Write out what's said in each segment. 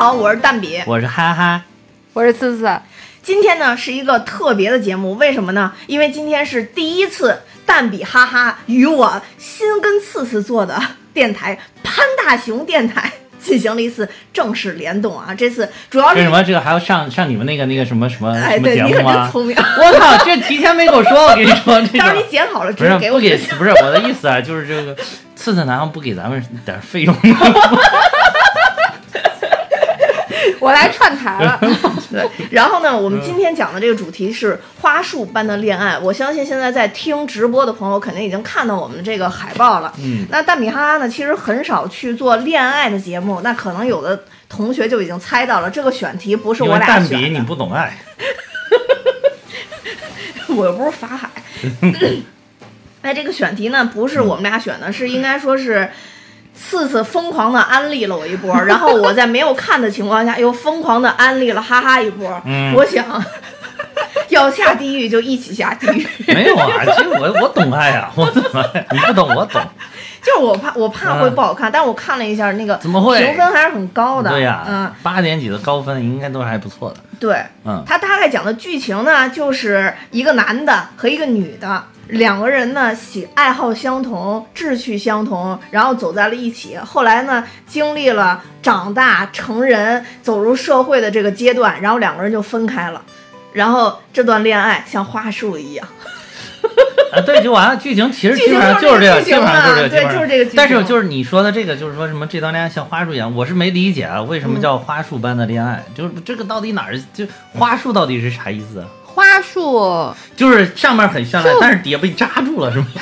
好，我是蛋比， 我是哈哈， 我是次次。 今天呢是一个特别的节目，为什么呢？因为今天是第一次蛋比哈哈与我新跟次次做的电台潘大熊电台进行了一次正式联动啊！这次主要是什么？这个还要上你们那个什么节目吗？ 哎，对，你可真聪明！ 我靠，这提前没跟我说，我跟你说，这个到时候你剪好了直接给我。 不是我的意思啊，就是这个次次难道不给咱们点费用吗？ 我来串台了。 对，然后呢，我们今天讲的这个主题是花束般的恋爱。我相信现在在听直播的朋友肯定已经看到我们这个海报了。那蛋比哈哈呢，其实很少去做恋爱的节目，那可能有的同学就已经猜到了，这个选题不是我俩选的。 蛋比你不懂爱， 我又不是法海。那这个选题呢，不是我们俩选的，是应该说是次次疯狂的安利了我一波，然后我在没有看的情况下又疯狂的安利了哈哈一波。我想要下地狱就一起下地狱。 没有啊，其实我懂爱啊，我懂爱，你不懂我懂。 就是我怕会不好看，但是我看了一下那个怎么会评分还是很高的。 对呀，8点几的高分应该都还不错的。 对，他大概讲的剧情呢，就是一个男的和一个女的。两个人呢爱好相同，志趣相同，然后走在了一起。后来呢，经历了长大成人走入社会的这个阶段，然后两个人就分开了。然后这段恋爱像花束一样。 对，就完了。剧情其实基本上就是这个，基本上就是这个， 对，就是这个剧情。 但是就是你说的这个，就是说什么这段恋爱像花束一样，我是没理解啊，为什么叫花束般的恋爱？就是这个到底哪儿？就花束到底是啥意思啊？ 花束就是上面很绚烂，但是底下被扎住了，是吗？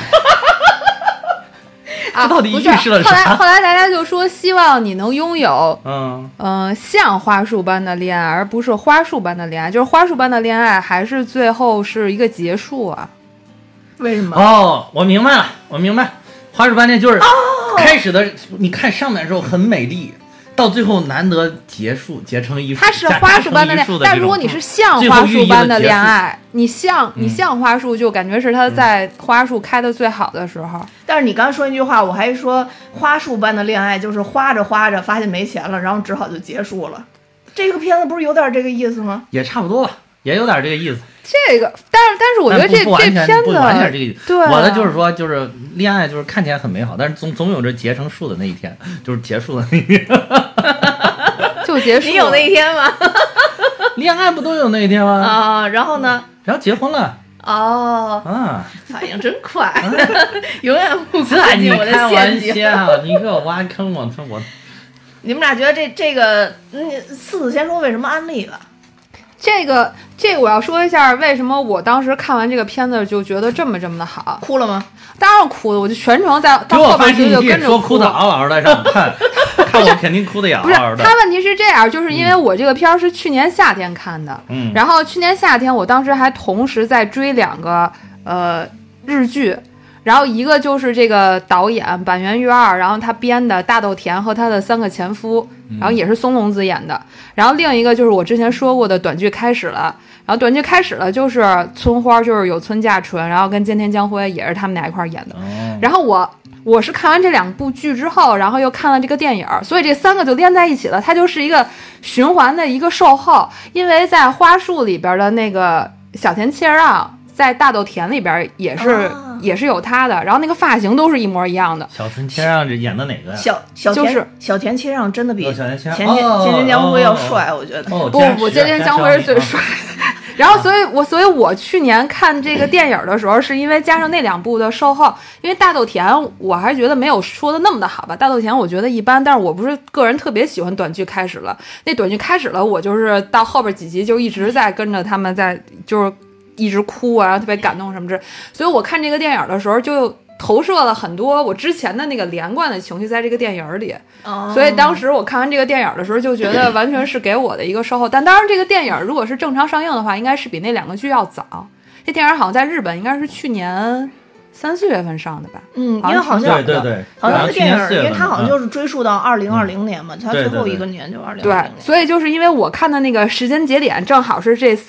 这到底预示了啥？ 后来大家就说希望你能拥有像花束般的恋爱，而不是花束般的恋爱。就是花束般的恋爱，还是最后是一个结束啊？ 为什么？ 哦，我明白了，花束般恋就是开始的，你看上面的时候很美丽。到最后难得结成一束， 它是花束般的恋爱，但如果你是像花束般的恋爱，你像花束，就感觉是它在花束开的最好的时候。 但是你刚才说一句话，我还说花束般的恋爱就是花着花着发现没钱了，然后只好就结束了。这个片子不是有点这个意思吗？ 也差不多吧，也有点这个意思。 这个，但是我觉得这片子不完全这个意思。 对， 我的就是说，就是恋爱就是看起来很美好，但是总有着结成树的那一天，就是结束的那一天。 就结束。 你有那一天吗？ 恋爱不都有那一天吗？ 啊，然后呢？ 然后结婚了。 反应真快，永远不跨进我的陷阱。 你给我挖坑，我。 你们俩觉得这个，次次先说为什么安利了？ 这个我要说一下，为什么我当时看完这个片子就觉得这么的好。 哭了吗？ 当然哭了，我就全程到后半集就跟着哭的嗷嗷的，让我看我肯定哭的也嗷嗷的。 不是，他问题是这样，就是因为我这个片是去年夏天看的，然后去年夏天我当时还同时在追2个日剧。然后一个就是这个导演坂元裕二，然后他编的大豆田和他的3个前夫，然后也是松隆子演的。然后另一个就是我之前说过的短剧开始了，然后短剧开始了就是村花，就是有村架纯，然后跟菅田将晖也是他们俩一块演的。然后我是看完这2部剧之后，然后又看了这个电影，所以这3个就连在一起了，它就是一个循环的一个售后。因为在花束里边的那个小田切让，在大豆田里边也是有他的，然后那个发型都是一模一样的。 小田切让演的哪个呀？ 小田切让真的比前田将晖要帅，我觉得。 不，前田将晖是最帅的。然后，所以我去年看这个电影的时候，是因为加上那2部的售后，因为大豆田我还觉得没有说的那么的好吧，大豆田我觉得一般，但是我不是个人特别喜欢短剧开始了，那短剧开始了，我就是到后边几集就一直在跟着他们在就是一直哭啊，然后特别感动什么之类，所以我看这个电影的时候就投射了很多我之前的那个连贯的情绪在这个电影里，所以当时我看完这个电影的时候就觉得完全是给我的一个售后。但当然这个电影如果是正常上映的话，应该是比那2个剧要早。这电影好像在日本应该是去年3、4月份上的吧？ 因为好像对， 好像是电影，因为它好像就是追溯到2020年嘛，它最后一个年就2020年。 对，所以就是因为我看的那个时间节点正好是这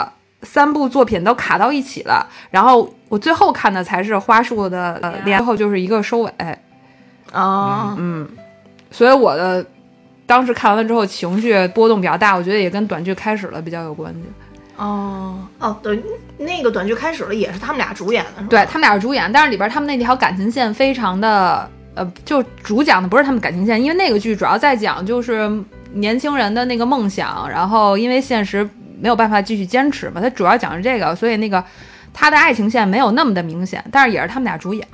3部作品都卡到一起了，然后我最后看的才是花束的恋爱，后就是一个收尾。 啊， 所以我的当时看完了之后情绪波动比较大，我觉得也跟短剧开始了比较有关系。 对，那个短剧开始了也是他们俩主演的，是吧？ 对，他们俩是主演，但是里边他们那条感情线非常的就主讲的不是他们感情线，因为那个剧主要在讲就是年轻人的那个梦想，然后因为现实没有办法继续坚持嘛，他主要讲是这个，所以那个他的爱情线没有那么的明显，但是也是他们俩主演。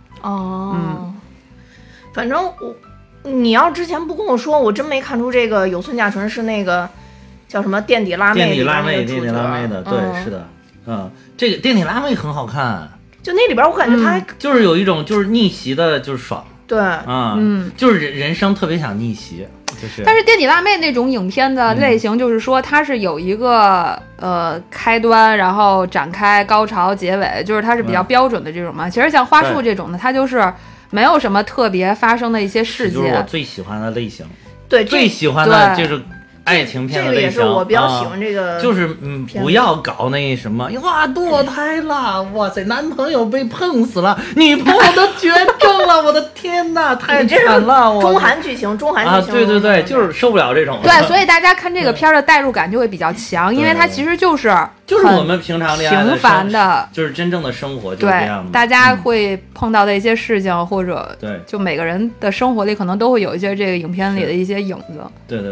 反正你要之前不跟我说，我真没看出这个有村架纯是那个叫什么垫底辣妹， 垫底辣妹的，对，是的，这个垫底辣妹很好看， 就那里边我感觉他还就是有一种就是逆袭的，就是爽， 对， 就是人生特别想逆袭，就是。 但是垫底辣妹那种影片的类型，就是说它是有一个开端，然后展开、高潮、结尾，就是它是比较标准的这种嘛。其实像花束这种的，它就是没有什么特别发生的一些事件。 就是我最喜欢的类型。 对， 最喜欢的就是爱情片的类型。 这个也是我比较喜欢这个。 就是不要搞那什么，哇，堕胎了，哇塞，男朋友被碰死了，女朋友都绝症了，我的天哪，太惨了！ 中韩剧情， 对，就是受不了这种。 对，所以大家看这个片的代入感就会比较强，因为它其实就是我们平常恋爱平凡的， 就是真正的生活就是这样的。 大家会碰到的一些事情，或者对， 就每个人的生活里可能都会有一些这个影片里的一些影子。 对，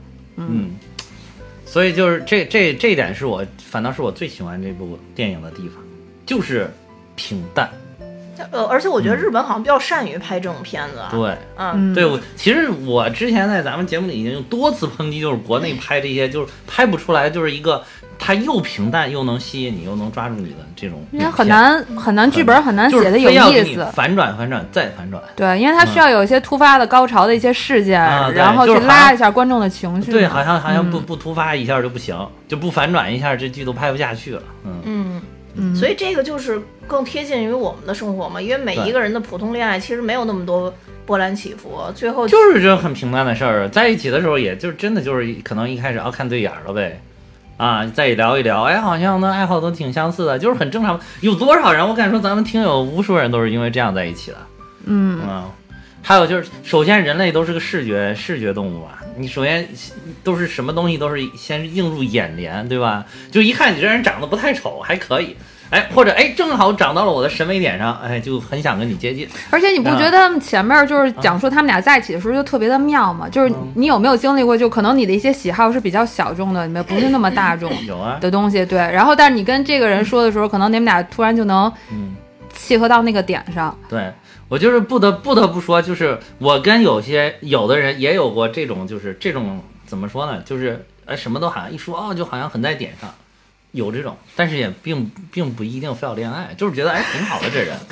所以就是这一点反倒是我最喜欢这部电影的地方，就是平淡。 而且我觉得日本好像比较善于拍这种片子。 对，对，其实我之前在咱们节目里已经多次抨击，就是国内拍这些就是拍不出来，就是一个它又平淡又能吸引你又能抓住你的这种， 因为很难剧本很难写的有意思， 反转再反转。 对，因为它需要有一些突发的高潮的一些事件，然后去拉一下观众的情绪。 对，好像不突发一下就不行，就不反转一下，这剧都拍不下去了。 所以这个就是更贴近于我们的生活嘛，因为每一个人的普通恋爱其实没有那么多波澜起伏，最后就是这很平淡的事儿，在一起的时候也就真的就是可能一开始看对眼了呗，再聊一聊，好像呢爱好都挺相似的，就是很正常。有多少人我敢说咱们听友无数人都是因为这样在一起的。还有就是首先人类都是个视觉动物啊，你首先都是什么东西都是先映入眼帘，对吧？就一看你这人长得不太丑还可以，或者正好长到了我的审美点上，就很想跟你接近。 而且你不觉得他们前面就是讲述他们俩在一起的时候就特别的妙吗？就是你有没有经历过，就可能你的一些喜好是比较小众的，你们不是那么大众的东西，对。然后但是你跟这个人说的时候，可能你们俩突然就能契合到那个点上。 对，我就是不得不说，就是我跟有的人也有过这种，就是这种怎么说呢？就是什么都好像一说就好像很在点上。有这种，但是也并不一定非要恋爱，就是觉得挺好的这人。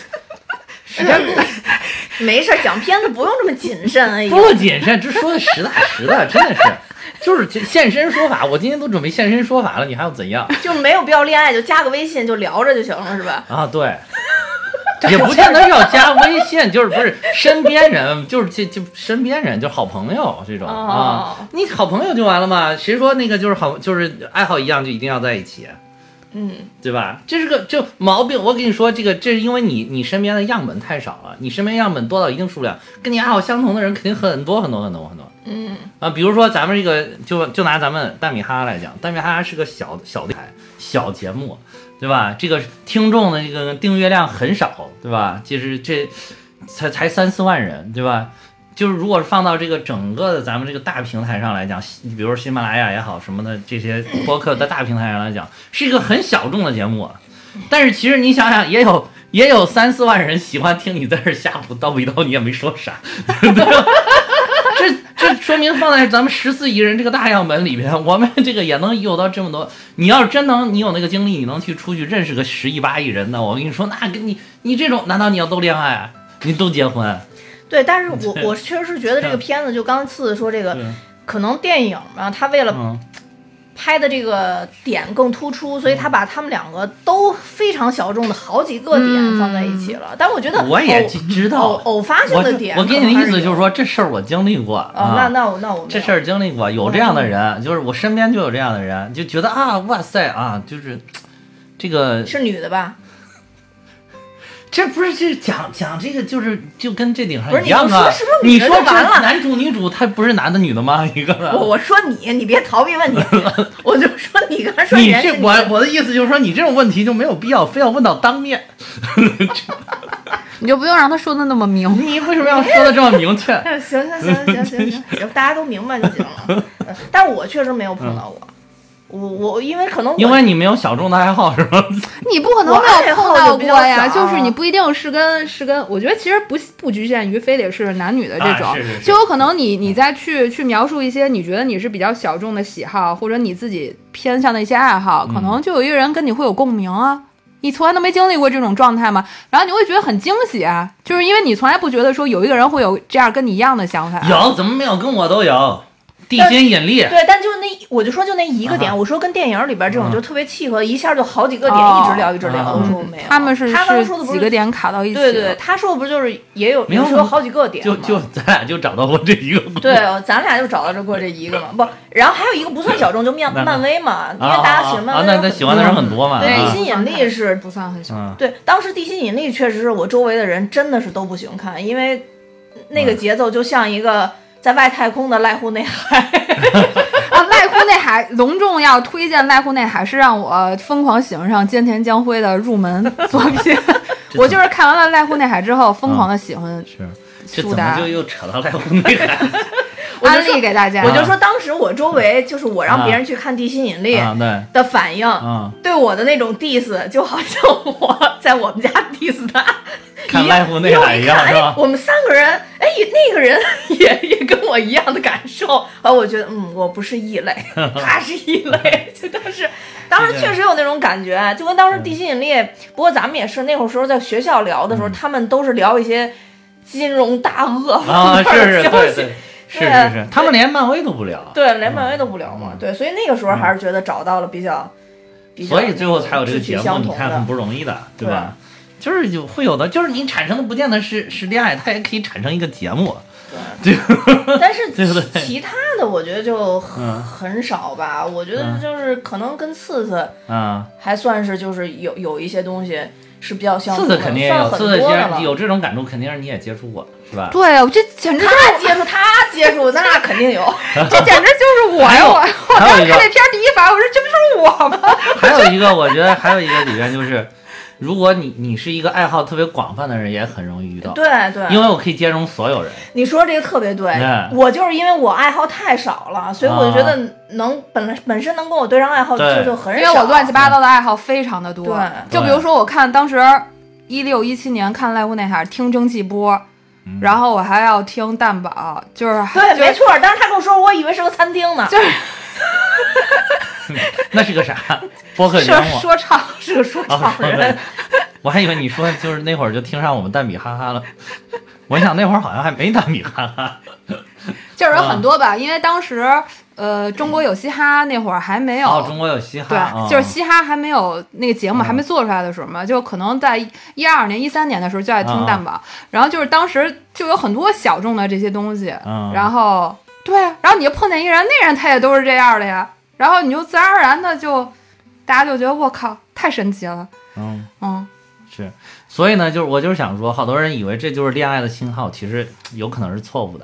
没事，讲片子不用这么谨慎。 不谨慎，这说的实打实的，真的是，就是现身说法。我今天都准备现身说法了，你还要怎样？ 就没有必要恋爱，就加个微信就聊着就行了，是吧？ 对。也不见得要加微信，就是不是身边人，就是就身边人，就好朋友这种你好朋友就完了嘛？谁说那个就是好，就是爱好一样就一定要在一起？对吧？这是个就毛病。我跟你说，这是因为你身边的样本太少了，你身边样本多到一定数量，跟你爱好相同的人肯定很多。比如说咱们这个就拿咱们大米哈来讲，大米哈是个小节目。对吧？这个听众的这个订阅量很少，对吧？就是这才3-4万人，对吧？就是如果放到这个整个的咱们这个大平台上来讲，比如说喜马拉雅也好什么的，这些播客的大平台上来讲，是一个很小众的节目。但是其实你想想，也有3-4万人喜欢听你在这瞎胡叨逼叨，你也没说啥，对吧？这说明放在咱们14亿人这个大样本里边，我们这个也能有到这么多。你要是真你有那个精力，你能出去认识个10亿8亿人呢？我跟你说，那跟你这种，难道你要都恋爱，你都结婚？ 对，但是我确实是觉得这个片子，就刚才次子说这个，可能电影嘛，他为了拍的这个点更突出，所以他把他们两个都非常小众的好几个点放在一起了。但我觉得我也知道偶发性的点， 我给你的意思就是说这事儿我经历过那我这事儿经历过，有这样的人，就是我身边就有这样的人，就觉得哇塞就是这个是女的吧？ 这不是这讲这个就跟这顶上一样啊！ 你说这男主女主他不是男的女的吗？一个呢？ 我说你别逃避问题，我就说你刚才说你是我的意思就是说你这种问题就没有必要非要问到当面， 你就不用让他说的那么明。 你为什么要说的这么明确？ 行，大家都明白就行了。但是我确实没有碰到过。我因为可能因为你没有小众的爱好是吗？ 你不可能没有碰到过呀，就是你不一定是跟，我觉得其实不局限于非得是男女的这种， 是就有可能你再去描述一些你觉得你是比较小众的喜好，或者你自己偏向的一些爱好，可能就有一个人跟你会有共鸣啊。你从来都没经历过这种状态吗？然后你会觉得很惊喜啊，就是因为你从来不觉得说有一个人会有这样跟你一样的想法。 有，怎么没有？跟我都有。地心引力， 对，但就我就说就那一个点，我说跟电影里边这种就特别契合，一下就好几个点一直聊。我说没有， 他们是他刚说的不是几个点卡到一起， 对，他说的不就是也有说好几个点吗？ 就咱俩就找到过这一个， 对，咱俩就找到过这一个嘛，不，然后还有一个不算小众，就漫威嘛，因为大家喜欢漫威， 那喜欢的人很多嘛。 对，地心引力是不算很小众。 对，当时地心引力确实是我周围的人真的是都不喜欢看，因为那个节奏就像一个在外太空的濑户内海。 濑户内海隆重要推荐，濑户内海是让我疯狂喜欢上菅田将晖的入门作品。我就是看完了濑户内海之后，疯狂的喜欢。 这怎么就又扯到濑户内海？ 安利给大家。 我就说当时我周围就是我让别人去看地心引力的反应，对我的那种 diss 就好像我在我们家 diss 他。 看濑户内海一样是吧？ 我们三个人，那个人也跟我一样的感受，我觉得我不是异类，他是异类，就当时确实有那种感觉，就跟当时地心引力。不过咱们也是那会儿时候在学校聊的时候，他们都是聊一些金融大鳄啊，是，他们连漫威都不聊， 对，连漫威都不聊嘛，对，所以那个时候还是觉得找到了比较， 所以最后才有这个节目，你看很不容易的，对吧？就是会有的，就是你产生的不见得是恋爱，它也可以产生一个节目。对， 但是其他的我觉得就很少吧。我觉得就是可能跟次还算是就是有一些东西是比较相似的。 次肯定有，次有这种感触，肯定是你也接触过，是吧？ 对，这简直他接触那肯定有， 这简直就是我呀！我当时看这片第一反应，我说这不是我吗？ 还有一个，我觉得还有一个里边就是。如果你是一个爱好特别广泛的人，也很容易遇到。 对， 因为我可以兼容所有人。 你说这个特别对，我就是因为我爱好太少了，所以我就觉得本身能跟我对上爱好就很少。 因为我乱七八糟的爱好非常的多。 对， 就比如说我看当时16、17年看濑户内海听蒸汽波，然后我还要听蛋堡，就是对，没错。当时他跟我说，我以为是个餐厅呢。 就是。 那是个啥？播客节目？ 说唱，是个说唱人。 我还以为你说就是那会儿就听上我们蛋比哈哈了。我想那会儿好像还没蛋比哈哈。 就是有很多吧，因为当时中国有嘻哈那会儿还没有。 中国有嘻哈。 对，就是嘻哈还没有那个节目还没做出来的时候嘛，就可能在12年、13年的时候就爱听蛋堡，然后就是当时就有很多小众的这些东西，然后对，然后你就碰见一个人，那人他也都是这样的呀。然后你就自然而然的大家就觉得我靠，太神奇了。 是，所以呢，我就是想说，好多人以为这就是恋爱的信号，其实有可能是错误的。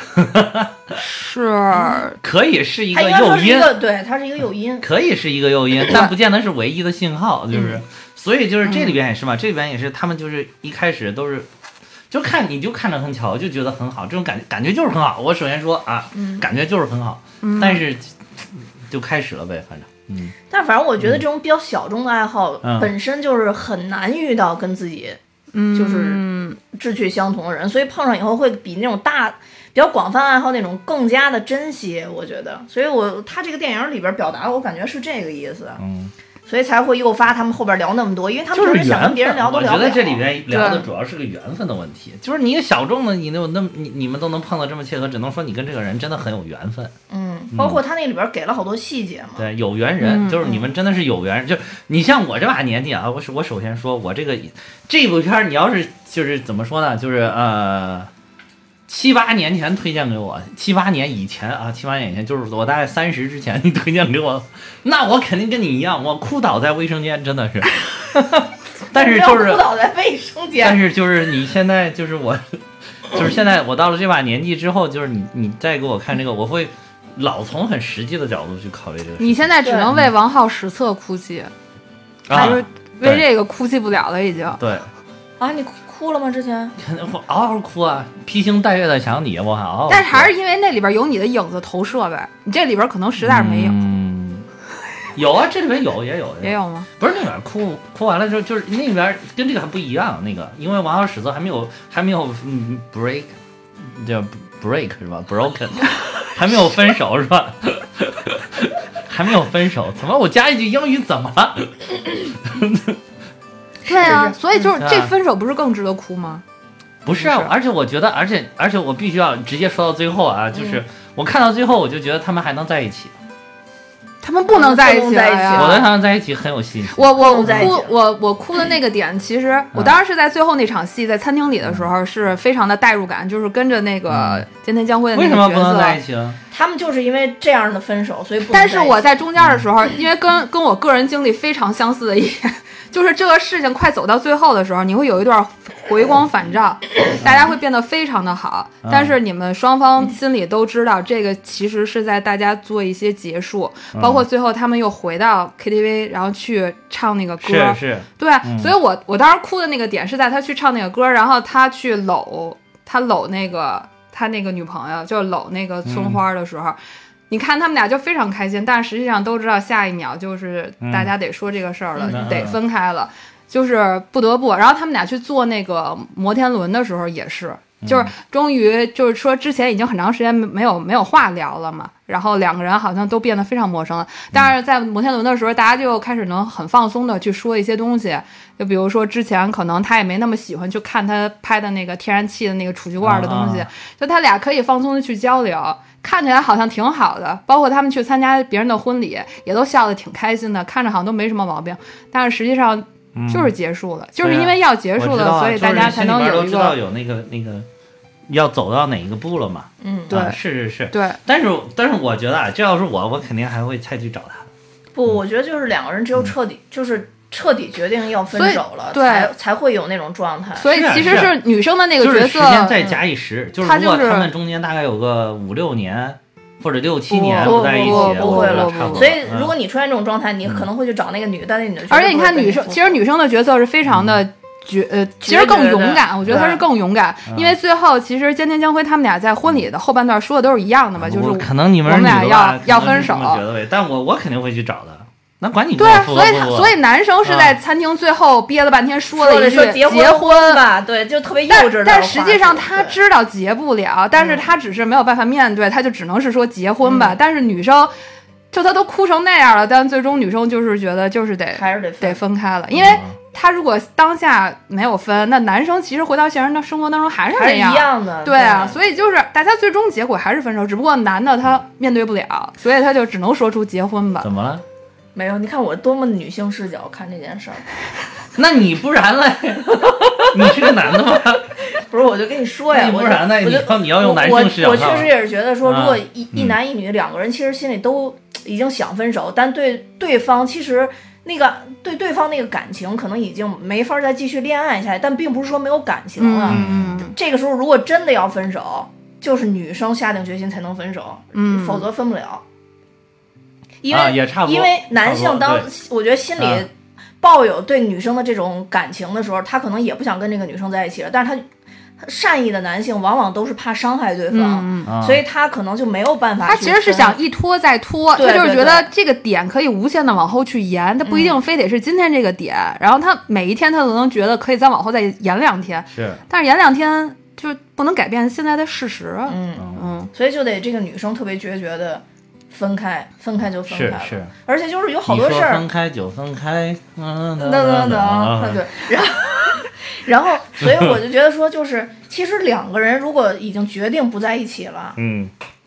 是， 可以是一个诱因， 对，它是一个诱因， 可以是一个诱因，但不见得是唯一的信号，就是，所以就是这里边也是嘛，这里边也是他们就是一开始都是。就看着很巧，就觉得很好，这种感觉就是很好。我首先说感觉就是很好，但是就开始了呗， 但反正我觉得这种比较小众的爱好，本身就是很难遇到跟自己就是志趣相同的人，所以碰上以后会比那种比较广泛爱好那种更加的珍惜，我觉得。所以他这个电影里边表达，我感觉是这个意思。所以才会诱发他们后边聊那么多，因为他们就是想跟别人聊都聊不了。 我觉得这里边聊的主要是个缘分的问题，就是你小众的，你们都能碰到这么切合，只能说你跟这个人真的很有缘分。 包括他那里边给了好多细节嘛。 对，有缘人，就是你们真的是有缘人。就你像我这把年纪啊，我首先说我这部片，你要是就是怎么说呢，就是7、8年前推荐给我，7、8年以前啊，7、8年以前就是我大概30之前你推荐给我，那我肯定跟你一样，我哭倒在卫生间，真的是。 但是就是哭倒在卫生间。 但是就是你现在就是我，就是现在我到了这把年纪之后，就是你再给我看这个，我会老从很实际的角度去考虑这个事情。 你现在只能为王浩史册哭泣，还是为这个哭泣不了了已经。 对啊，你哭了吗？之前我嗷嗷哭啊，披星戴月的想你，我还嗷嗷。 但是还是因为那里边有你的影子投射呗，你这里边可能实在是没有。 有啊，这里边也有吗？ 不是那边哭完了之后，就是那边跟这个还不一样。那个因为王浩史册还没有break， 叫 break 是吧 ？broken， 还没有分手是吧？还没有分手，怎么我加一句英语怎么了？ 对啊，所以就是这分手不是更值得哭吗？ 不是啊，而且我觉得，而且我必须要直接说到最后啊，就是我看到最后，我就觉得他们还能在一起。 他们不能在一起了呀！ 我对他们在一起很有信心。 我哭的那个点，其实我当时是在最后那场戏，在餐厅里的时候是非常的代入感，就是跟着那个菅田将晖的那个角色。 为什么不能在一起啊？ 他们就是因为这样的分手，所以不能在一起。 但是我在中间的时候，因为跟我个人经历非常相似的一点，就是这个事情快走到最后的时候，你会有一段回光返照，大家会变得非常的好，但是你们双方心里都知道，这个其实是在大家做一些结束，包括最后他们又回到 KTV， 然后去唱那个歌， 是， 对，所以我当时哭的那个点是在他去唱那个歌，然后他去搂那个他那个女朋友，就搂那个村花的时候。你看他们俩就非常开心，但实际上都知道下一秒就是大家得说这个事儿了，得分开了，就是不得不。然后他们俩去坐那个摩天轮的时候也是，就是终于就是说之前已经很长时间没有话聊了嘛，然后两个人好像都变得非常陌生了。但是在摩天轮的时候，大家就开始能很放松的去说一些东西，就比如说之前可能他也没那么喜欢去看他拍的那个天然气的那个储蓄罐的东西，就他俩可以放松的去交流。看起来好像挺好的，包括他们去参加别人的婚礼，也都笑得挺开心的，看着好像都没什么毛病。但是实际上就是结束了，就是因为要结束了，所以大家才能有一个。 知道有那个要走到哪一个步了嘛？ 对， 是， 对。 但是我觉得啊，这要是我肯定还会再去找他。 不，我觉得就是两个人只有彻底决定要分手了，才会有那种状态。 所以其实是女生的那个角色， 就是时间再加一时，就是如果他们中间大概有个5-6年或者6-7年不在一起， 不会了。 差不多。 所以如果你出现这种状态，你可能会去找那个女的，但那女的而且你看其实女生的角色是非常的其实更勇敢，我觉得她是更勇敢，因为最后其实菅田将晖他们俩在婚礼的后半段说的都是一样的嘛，就是可能你们俩要分手， 但我肯定会去找的。那管你对，所以男生是在餐厅最后憋了半天说了一句结婚吧，对，就特别幼稚的。 但实际上他知道结不了，但是他只是没有办法面对，他就只能是说结婚吧。但是女生就她都哭成那样了，但最终女生就是觉得就是还是得分开了，因为他如果当下没有分，那男生其实回到现实的生活当中还是那样， 一样的。 对啊，所以就是大家最终结果还是分手，只不过男的他面对不了，所以他就只能说出结婚吧。 怎么了？ 没有，你看我多么女性视角看这件事儿。 那你不然嘞？你是个男的吗？ 不是，我就跟你说呀， 不然呢？你要用男性视角。 我确实也是觉得说，如果一男一女两个人，其实心里都已经想分手，但对方其实对方那个感情可能已经没法再继续恋爱下来，但并不是说没有感情了。这个时候如果真的要分手，就是女生下定决心才能分手，否则分不了。因为男性我觉得心里抱有对女生的这种感情的时候，他可能也不想跟这个女生在一起了，但是他善意的男性往往都是怕伤害对方，所以他可能就没有办法。 他其实是想一拖再拖，他就是觉得这个点可以无限的往后去延，他不一定非得是今天这个点，然后他每一天他都能觉得可以再往后再延2天，但是延2天就不能改变现在的事实。 所以就得这个女生特别决绝的分开就分开了， 是， 而且就是有好多事儿， 分开就分开， 对，然后，所以我就觉得说，就是其实两个人如果已经决定不在一起了，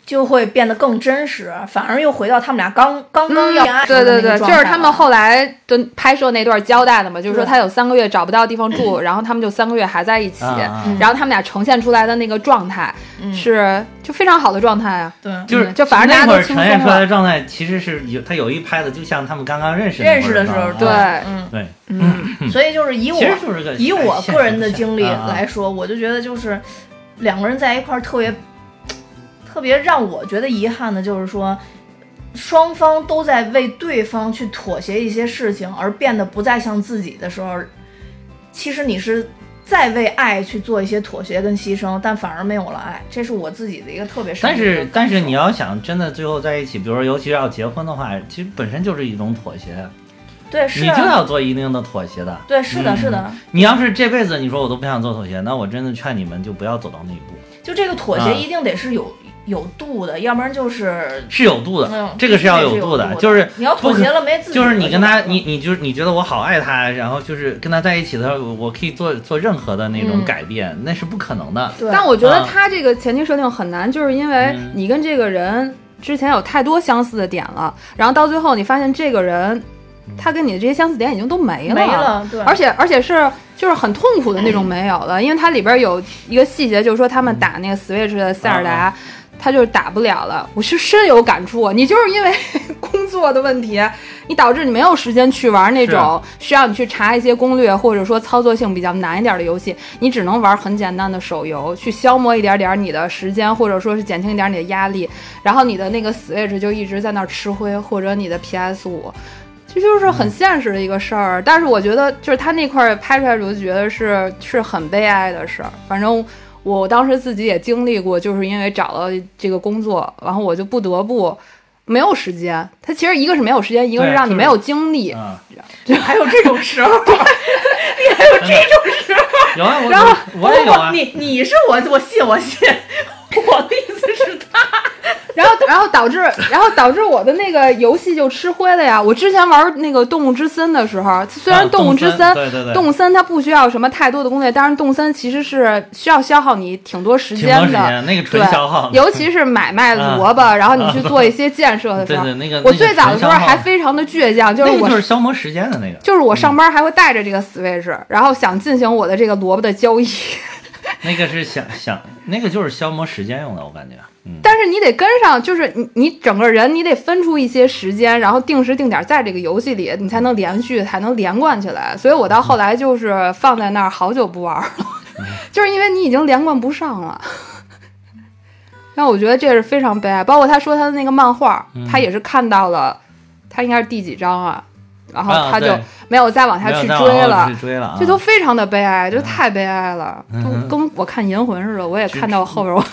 就会变得更真实，反而又回到他们俩刚要恋爱的那个状态。对对对， 就是他们后来的拍摄那段交代的嘛，就是说他有3个月找不到地方住，然后他们就3个月还在一起，然后他们俩呈现出来的那个状态是就非常好的状态啊。 对， 就反正大家都轻松了。 呈现出来的状态其实是他有一拍的，就像他们刚刚认识的时候，对，所以就是以我个人的经历来说，我就觉得就是2个人在一块儿特别让我觉得遗憾的就是说，双方都在为对方去妥协一些事情，而变得不再像自己的时候，其实你是在为爱去做一些妥协跟牺牲，但反而没有了爱，这是我自己的一个特别深的感受。 但是你要想真的最后在一起，比如说尤其是要结婚的话，其实本身就是一种妥协。 对，是你就要做一定的妥协的。 对，是的，是的。 你要是这辈子你说我都不想做妥协，那我真的劝你们就不要走到那一步。 就这个妥协一定得是有度的，要不然就是有度的，这个是要有度的，就是你要妥协了没自己， 就是你跟他，你觉得我好爱他，然后就是跟他在一起的时候，我可以做任何的那种改变，那是不可能的。 但我觉得他这个前提设定很难，就是因为你跟这个人之前有太多相似的点了，然后到最后你发现这个人。他跟你的这些相似点已经都没了，对， 而且是就是很痛苦的那种没有了，因为它里边有一个细节，就是说他们打那个 Switch 的塞尔达，他就是打不了了。我是深有感触，你就是因为工作的问题，你导致你没有时间去玩那种需要你去查一些攻略，或者说操作性比较难一点的游戏，你只能玩很简单的手游，去消磨一点点你的时间，或者说是减轻一点你的压力，然后你的那个 Switch 就一直在那吃灰，或者你的 PS5。这就是很现实的一个事儿，但是我觉得就是他那块拍出来，我就觉得是很悲哀的事儿。反正我当时自己也经历过，就是因为找了这个工作，然后我就不得不没有时间。他其实一个是没有时间，一个是让你没有精力。 还有这种时候，你还有这种时候？ 有啊， 然后我也有啊。 你是我信，我的意思是他。 然后导致我的那个游戏就吃灰了呀。我之前玩那个动物之森的时候，虽然动物之森，动物森它不需要什么太多的攻略，但是动森其实是需要消耗你挺多时间的， 那个纯消耗。 尤其是买卖萝卜，然后你去做一些建设的时候， 对那个我最早的时候还非常的倔强， 就是消磨时间的那个， 就是我上班还会带着这个 Switch，然后想进行我的这个萝卜的交易。 那个是想那个就是消磨时间用的，我感觉。 但是你得跟上，就是你整个人你得分出一些时间，然后定时定点在这个游戏里，你才能连续，才能连贯起来。所以我到后来就是放在那儿好久不玩了，就是因为你已经连贯不上了。然后我觉得这是非常悲哀。包括他说他的那个漫画，他也是看到了，他应该是第几章啊？然后他就没有再往下去追了，这都非常的悲哀，这太悲哀了，都跟我看《银魂》似的，我也看到后边我。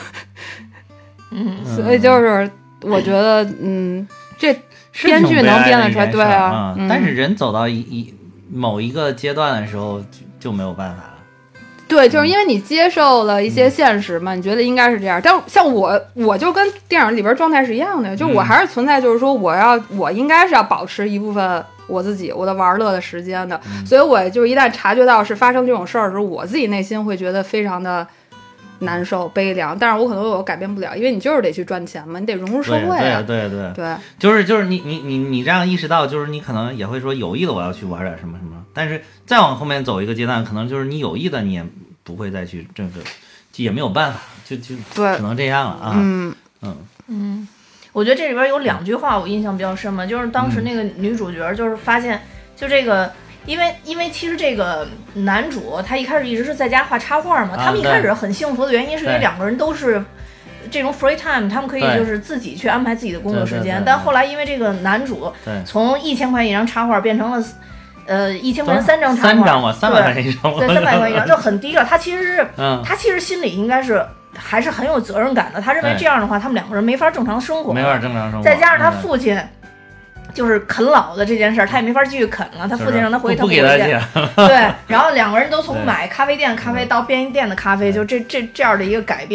所以就是我觉得，这编剧能编得出来，对啊。 但是人走到某一个阶段的时候就没有办法了。 对，就是因为你接受了一些现实嘛，你觉得应该是这样。但像我就跟电影里边状态是一样的，就我还是存在，就是说我应该是要保持一部分我自己我的玩乐的时间的。所以我就一旦察觉到是发生这种事儿的时候，我自己内心会觉得非常的难受悲凉，但是我可能我改变不了，因为你就是得去赚钱嘛，你得融入社会啊。 对，就是你这样意识到，就是你可能也会说有意的我要去玩点什么什么，但是再往后面走一个阶段，可能就是你有意的你也不会再去这个，也没有办法，就只能这样了啊。 我觉得这里边有2句话我印象比较深嘛，就是当时那个女主角就是发现就这个。因为其实这个男主他一开始一直是在家画插画嘛，他们一开始很幸福的原因是因为2个人都是这种 free time， 他们可以就是自己去安排自己的工作时间。但后来因为这个男主从1000块一张插画变成了1000块钱3张插画，3 张嘛，300块钱一张， 对，300块一张就很低了。他其实心里应该是还是很有责任感的，他认为这样的话他们2个人没法正常生活，再加上他父亲。就是啃老的这件事儿，他也没法继续啃了。他父亲让他回头不给他钱， 对。然后2个人都从买咖啡店的咖啡到便利店的咖啡，就这样的一个改变。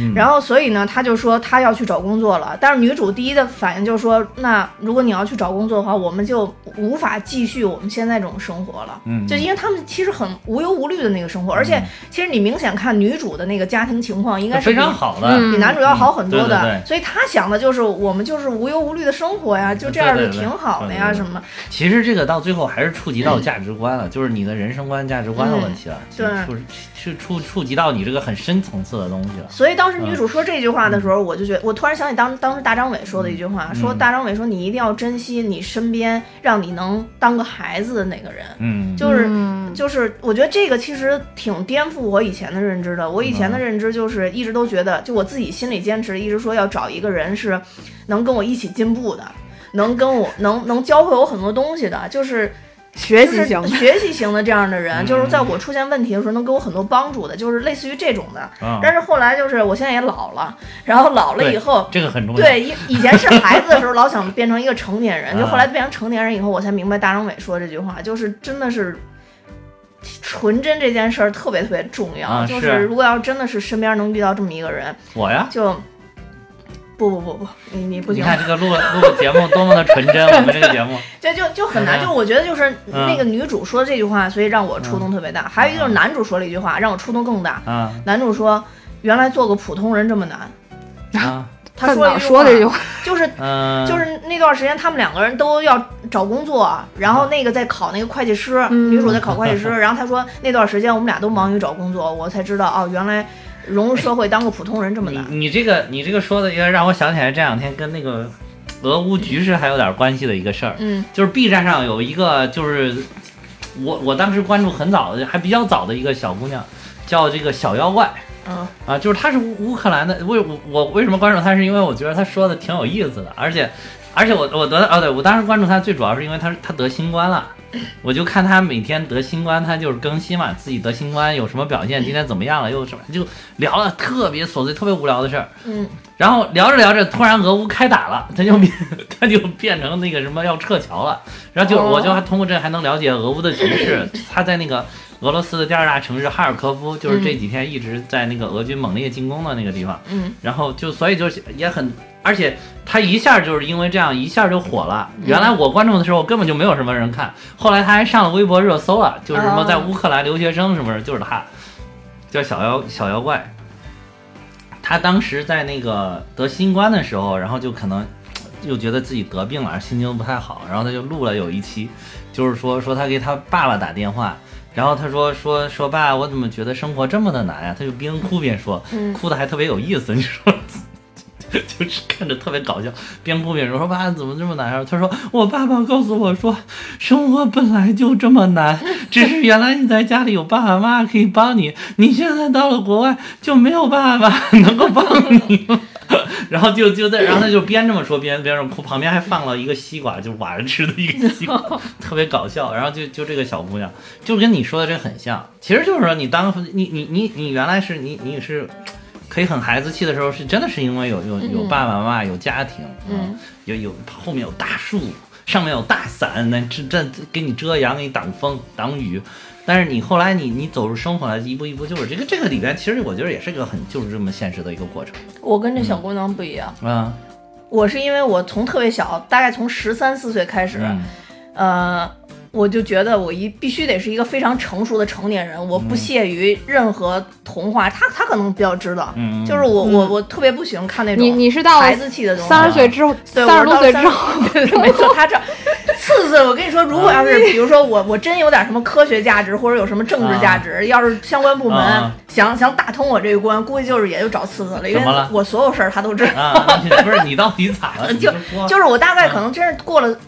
然后所以呢，他就说他要去找工作了。但是女主第一的反应就是说，那如果你要去找工作的话，我们就无法继续我们现在这种生活了。就因为他们其实很无忧无虑的那个生活，而且其实你明显看女主的那个家庭情况应该是非常好的， 比男主要好很多的。 对， 所以他想的就是我们就是无忧无虑的生活呀，就这样就挺好的呀，什么。 其实这个到最后还是触及到价值观了，就是你的人生观、价值观的问题了。 对， 是触及到你这个很深层次的东西了。 所以当时女主说这句话的时候，我就觉得，我突然想起当时大张伟说的一句话，说大张伟说你一定要珍惜你身边让你能当个孩子的那个人。就是我觉得这个其实挺颠覆我以前的认知的。我以前的认知就是一直都觉得，就我自己心里坚持，一直说要找一个人是能跟我一起进步的，能跟我能教会我很多东西的，就是学习型的这样的人，就是在我出现问题的时候能给我很多帮助的，就是类似于这种的。但是后来就是我现在也老了，然后老了以后， 这个很重要。 对，以前是孩子的时候老想变成一个成年人，就后来变成成年人以后，我才明白大张伟说这句话，就是真的是纯真这件事儿特别特别重要。就是如果要真的是身边能遇到这么一个人， 我呀就。不，你不行。 你看这个录节目多么的纯真，我们这个节目就很难。就我觉得就是那个女主说这句话，所以让我触动特别大。还有一个就是男主说了一句话，让我触动更大。男主说：“原来做个普通人这么难。”他说这句话， 就是那段时间他们两个人都要找工作，然后那个在考那个会计师，女主在考会计师，然后他说那段时间我们俩都忙于找工作，我才知道哦，原来融入社会当个普通人这么难。 你这个说的也让我想起来这两天跟那个俄乌局势还有点关系的一个事儿。就是 B 站上有一个，就是我当时关注很早的，还比较早的一个小姑娘，叫这个小妖怪。就是她是乌克兰的。我为什么关注她，是因为我觉得她说的挺有意思的，而且我当时关注她最主要是因为她得新冠了。我就看他每天得新冠，他就是更新嘛，自己得新冠有什么表现，今天怎么样了，又什么，就聊了特别琐碎、特别无聊的事儿。然后聊着聊着，突然俄乌开打了，他就变成那个什么要撤侨了。然后我就还通过这还能了解俄乌的局势。他在那个俄罗斯的第二大城市哈尔科夫，就是这几天一直在那个俄军猛烈进攻的那个地方。然后所以就也很。而且他一下就是因为这样一下就火了。原来我关注的时候根本就没有什么人看，后来他还上了微博热搜了，就是什么在乌克兰留学生什么的，就是他叫小妖怪。他当时在那个得新冠的时候，然后就可能又觉得自己得病了，心情不太好，然后他就录了有一期，就是说他给他爸爸打电话，然后他说爸，我怎么觉得生活这么的难呀？他就边哭边说，哭的还特别有意思，你说。就是看着特别搞笑，边哭边说爸怎么这么难。他说我爸爸告诉我说，生活本来就这么难，只是原来你在家里有爸爸妈妈可以帮你，你现在到了国外就没有爸爸能够帮你了。然后然后他就边这么说边这么哭，旁边还放了一个西瓜，就是晚上吃的一个西瓜，特别搞笑。然后就这个小姑娘就跟你说的这很像，其实就是说你原来是你是可以很孩子气的时候，是真的是因为有爸爸妈妈，有家庭，有后面有大树，上面有大伞，那这给你遮阳，给你挡风挡雨。但是你后来你走入生活了，一步一步就是这个里边，其实我觉得也是个就是这么现实的一个过程。 我跟这小姑娘不一样，我是因为我从特别小，大概从13、14岁开始，我就觉得我必须得是一个非常成熟的成年人，我不屑于任何童话。他可能比较知道，就是我特别不喜欢看那种你是到孩子气的东西。 30岁之后，30多岁之后， 对，没错，他这次我跟你说，如果要是比如说我真有点什么科学价值或者有什么政治价值，要是相关部门想打通我这一关，估计也就找次了，因为我所有事儿他都知道。 不是你到底咋了？ 就是我大概可能真是过了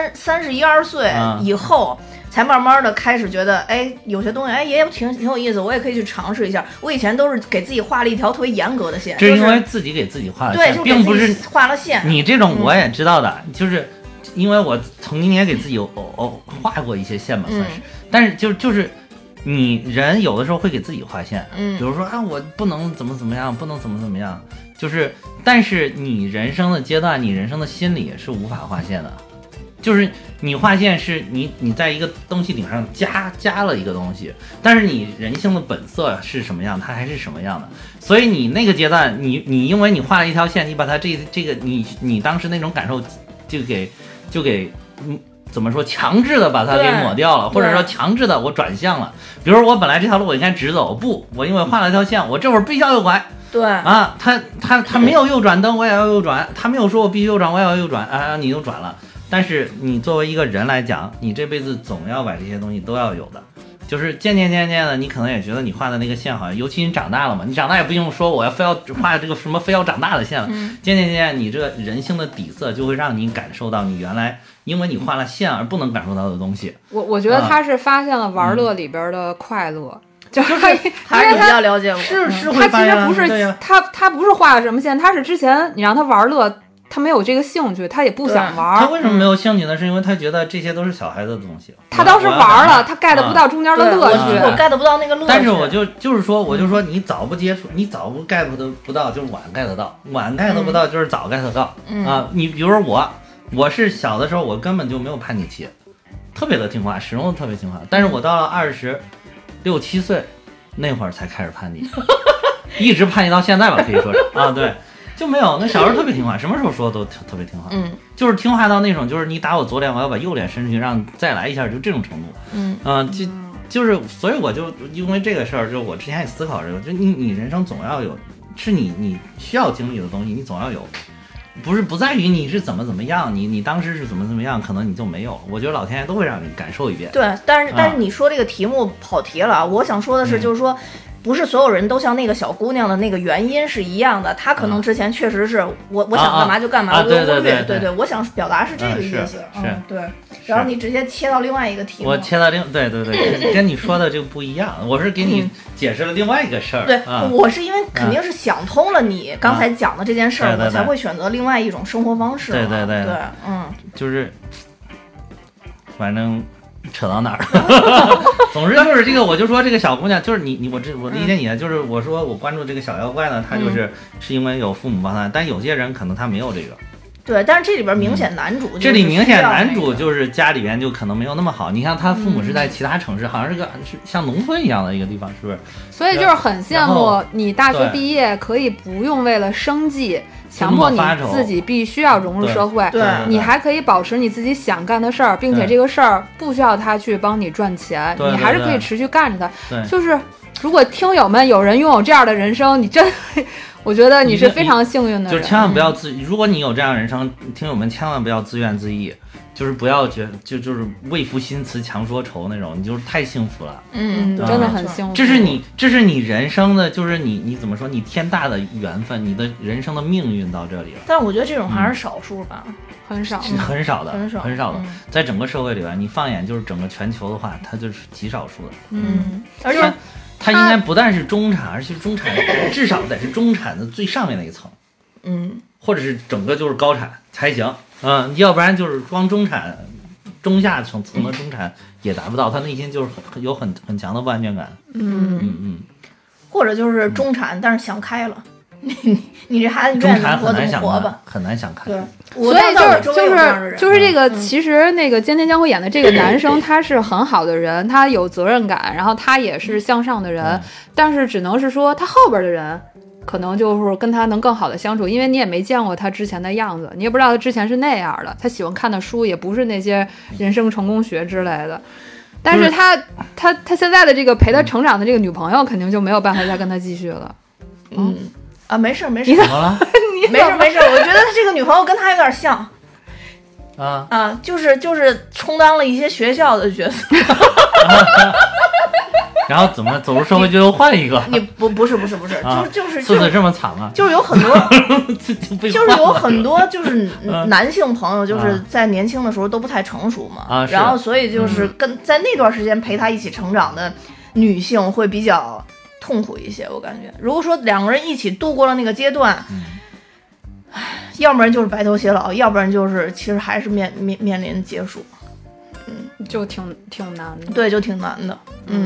31、22岁以后，才慢慢的开始觉得，有些东西，也挺有意思，我也可以去尝试一下。我以前都是给自己画了一条特别严格的线， 这是因为自己给自己画了线， 对， 并不是画了线。 你这种我也知道的，就是因为我曾经也给自己画过一些线吧，算是。但是就是你人有的时候会给自己画线，比如说我不能怎么样，不能怎么样，就是但是你人生的阶段，你人生的心理是无法画线的。 就是你划线是你在一个东西顶上加了一个东西，但是你人性的本色是什么样，它还是什么样的。所以你那个阶段，你因为你画了一条线，你把它这个你当时那种感受就给怎么说，强制的把它给抹掉了，或者说强制的我转向了。比如我本来这条路我应该直走，不，我因为画了一条线，我这会儿必须要右拐。 对啊，他没有右转灯，我也要右转；他没有说我必须右转，我也要右转啊，你又转了。但是你作为一个人来讲，你这辈子总要把这些东西都要有的。就是渐渐的，你可能也觉得你画的那个线好像，尤其你长大了嘛，你长大也不用说我要非要画这个什么非要长大的线了。渐渐你这个人性的底色就会让你感受到你原来因为你画了线而不能感受到的东西。 我觉得他是发现了玩乐里边的快乐。就是还是你比较了解我， 是他其实不是他不是画了什么线，他是之前你让他玩乐，他没有这个兴趣，他也不想玩。 他为什么没有兴趣呢？是因为他觉得这些都是小孩子的东西。 他当时玩了，他 get 不到中间的乐趣， 我 get 不到那个乐趣。 但是我就说你早不接触，你早不 get 不到，就是晚 get 到，晚 get 不到就是早 get 到啊。你比如说我是小的时候我根本就没有叛逆期，特别的听话，始终都特别听话。但是我到了26、7岁那会儿才开始叛逆，一直叛逆到现在吧，可以说是啊，对。就没有，那小时候特别听话，什么时候说都特别听话，就是听话到那种，就是你打我左脸，我要把右脸伸出去，让再来一下，就这种程度，就是，所以我就因为这个事儿，就我之前也思考这个，就你人生总要有，是你需要经历的东西，你总要有，不在于你是怎么样，你当时是怎么样，可能你就没有了。我觉得老天爷都会让你感受一遍。 对，但是你说这个题目跑题了，我想说的是，就是说。不是所有人都像那个小姑娘的那个原因是一样的，她可能之前确实是我想干嘛就干嘛，对，我想表达是这个意思，对。然后你直接切到另外一个题目， 我切到对，跟你说的这个不一样，我是给你解释了另外一个事儿。 对，我是因为肯定是想通了你刚才讲的这件事儿，我才会选择另外一种生活方式。 对，就是，反正。扯到哪儿了？总之就是这个，我就说这个小姑娘，就是我理解你的，就是我说我关注这个小妖怪呢，她是因为有父母帮她，但有些人可能他没有这个。 对，但是这里边明显男主、 这里明显男主就是家里边就可能没有那么好。你看他父母是在其他城市，好像是像农村一样的一个地方，是不是？ 所以就是很羡慕你大学毕业可以不用为了生计强迫你自己必须要融入社会， 对， 你还可以保持你自己想干的事儿，并且这个事儿不需要他去帮你赚钱，你还是可以持续干着它。就是如果听友们有人拥有这样的人生，你真我觉得你是非常幸运的人。 就千万不要如果你有这样的人生，听友们千万不要自怨自艾，就是不要觉得就是为赋新词强说愁那种，你就是太幸福了。 真的很幸福。 这是你人生的，就是你怎么说，你天大的缘分，你的人生的命运到这里了。 但是我觉得这种还是少数吧， 很少的，在整个社会里边，你放眼就是整个全球的话，它就是极少数的。 而且。 它应该不但是中产，而且中产至少得是中产的最上面那一层，或者是整个就是高产才行，要不然就是光中产、中下层的中产也达不到，他内心就是有很强的不安全感， 或者就是中产，但是想开了。你这孩子中产很难想活吧，很难想开。 对， 所以就是这个，其实那个菅田将晖演的这个男生，他是很好的人，他有责任感，然后他也是向上的人，但是只能是说他后边的人可能就是跟他能更好的相处，因为你也没见过他之前的样子，你也不知道他之前是那样的，他喜欢看的书也不是那些人生成功学之类的。但是他现在的这个陪他成长的这个女朋友，肯定就没有办法再跟他继续了。 没事， 你怎么了？ 没事，我觉得他这个女朋友跟他有点像，就是充当了一些学校的角色， 然后怎么走入社会就又换一个？ 你不是，就是死这么惨啊！ 就是有很多，就是有很多就是男性朋友，就是在年轻的时候都不太成熟嘛，然后所以就是在那段时间陪他一起成长的女性会比较痛苦一些，我感觉。如果说两个人一起度过了那个阶段，要不然就是白头偕老，要不然就是其实还是面临结束。 就挺难的。 对，就挺难的。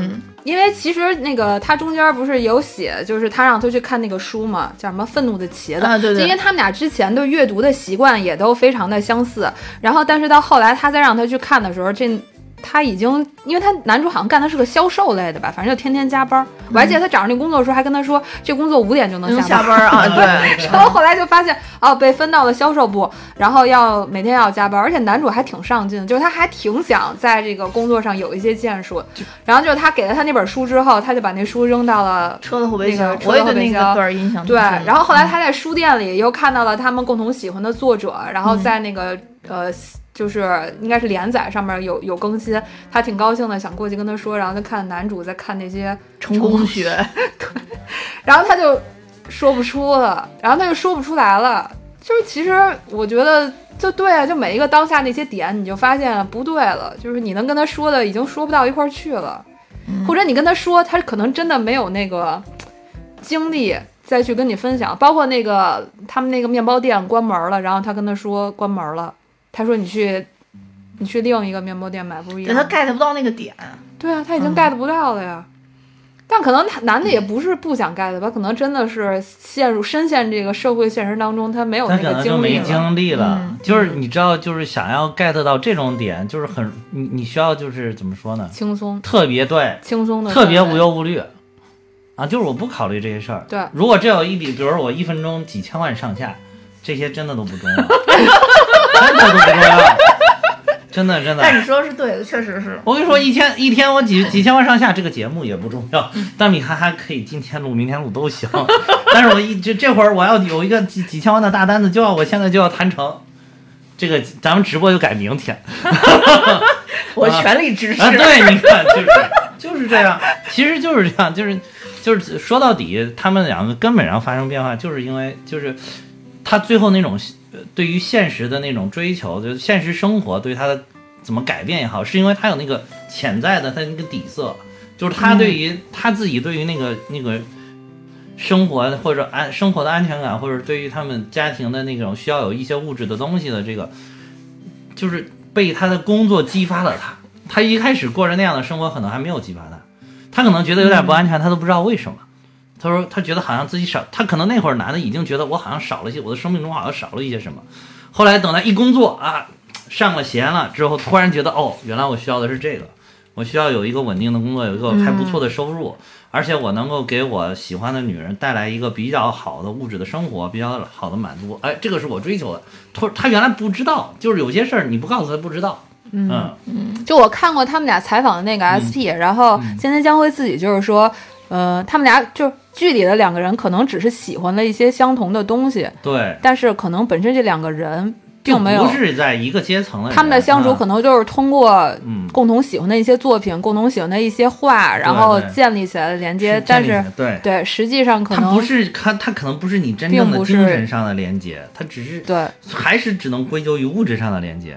因为其实那个他中间不是有写，就是他让他去看那个书嘛，叫什么《愤怒的茄子》 对对， 因为他们俩之前的阅读的习惯也都非常的相似，然后但是到后来他再让他去看的时候，他已经，因为他男主好像干的是个销售类的吧，反正就天天加班。我还记得他找着那工作的时候还跟他说，这工作5点就能下班啊。对。 然后后来就发现被分到了销售部，然后每天要加班，而且男主还挺上进，就是他还挺想在这个工作上有一些建树。然后就是他给了他那本书之后，他就把那书扔到了车的后备箱。 我也对那个段印象对。然后后来他在书店里又看到了他们共同喜欢的作者，然后在那个就是应该是连载上面有更新，他挺高兴的，想过去跟他说，然后就看男主在看那些成功学， 然后他就说不出了，然后他就说不出来了。就是其实我觉得就对啊，就每一个当下那些点，你就发现不对了，就是你能跟他说的已经说不到一块去了，或者你跟他说，他可能真的没有那个精力再去跟你分享。包括那个他们那个面包店关门了，然后他跟他说关门了。他说你去另一个面包店买不一样， 他 get 不到那个点。 对啊，他已经 get 不到了呀。但可能男的也不是不想 get 吧，可能真的是深陷这个社会现实当中，他没有那个经历了。 没经历了，就是你知道，就是想要 get 到这种点，就是你需要就是怎么说呢？ 轻松， 特别对， 轻松的， 特别无忧无虑。啊，就是我不考虑这些事儿。 对， 如果这有一笔，比如我1分钟几千万上下，这些真的都不重要。真的都不重要，真的。 但你说的是对的，确实是。 我跟你说，一天我几千万上下，这个节目也不重要。但你还可以今天录、明天录都行。但是我这会儿我要有一个几千万的大单子，我现在就要谈成。这个咱们直播就改明天。 我全力支持。 对，你看，就是这样，其实就是这样，就是说到底，他们两个根本上发生变化，就是因为就是他最后那种。对于现实的那种追求，就是现实生活对他的怎么改变也好，是因为他有那个潜在的他那个底色，就是他对于他自己对于那个生活或者生活的安全感，或者对于他们家庭的那种需要有一些物质的东西的这个，就是被他的工作激发了他。他一开始过着那样的生活，可能还没有激发他可能觉得有点不安全，他都不知道为什么。他说他觉得好像自己少，他可能那会儿男的已经觉得我好像少了一些，我的生命中好像少了一些什么。后来等他一工作上了弦了之后，突然觉得原来我需要的是这个，我需要有一个稳定的工作，有一个还不错的收入，而且我能够给我喜欢的女人带来一个比较好的物质的生活，比较好的满足。这个是我追求的。他原来不知道，就是有些事儿你不告诉他不知道。 就我看过他们俩采访的那个 SP，然后今天江辉自己就是说。他们俩就剧里的两个人可能只是喜欢了一些相同的东西， 对， 但是可能本身这两个人并没有不是在一个阶层的人， 他们的相处可能就是通过共同喜欢的一些作品、共同喜欢的一些画，然后建立起来的连接。但是对，实际上可能他可能不是你真正的精神上的连接，他只是对， 还是只能归咎于物质上的连接。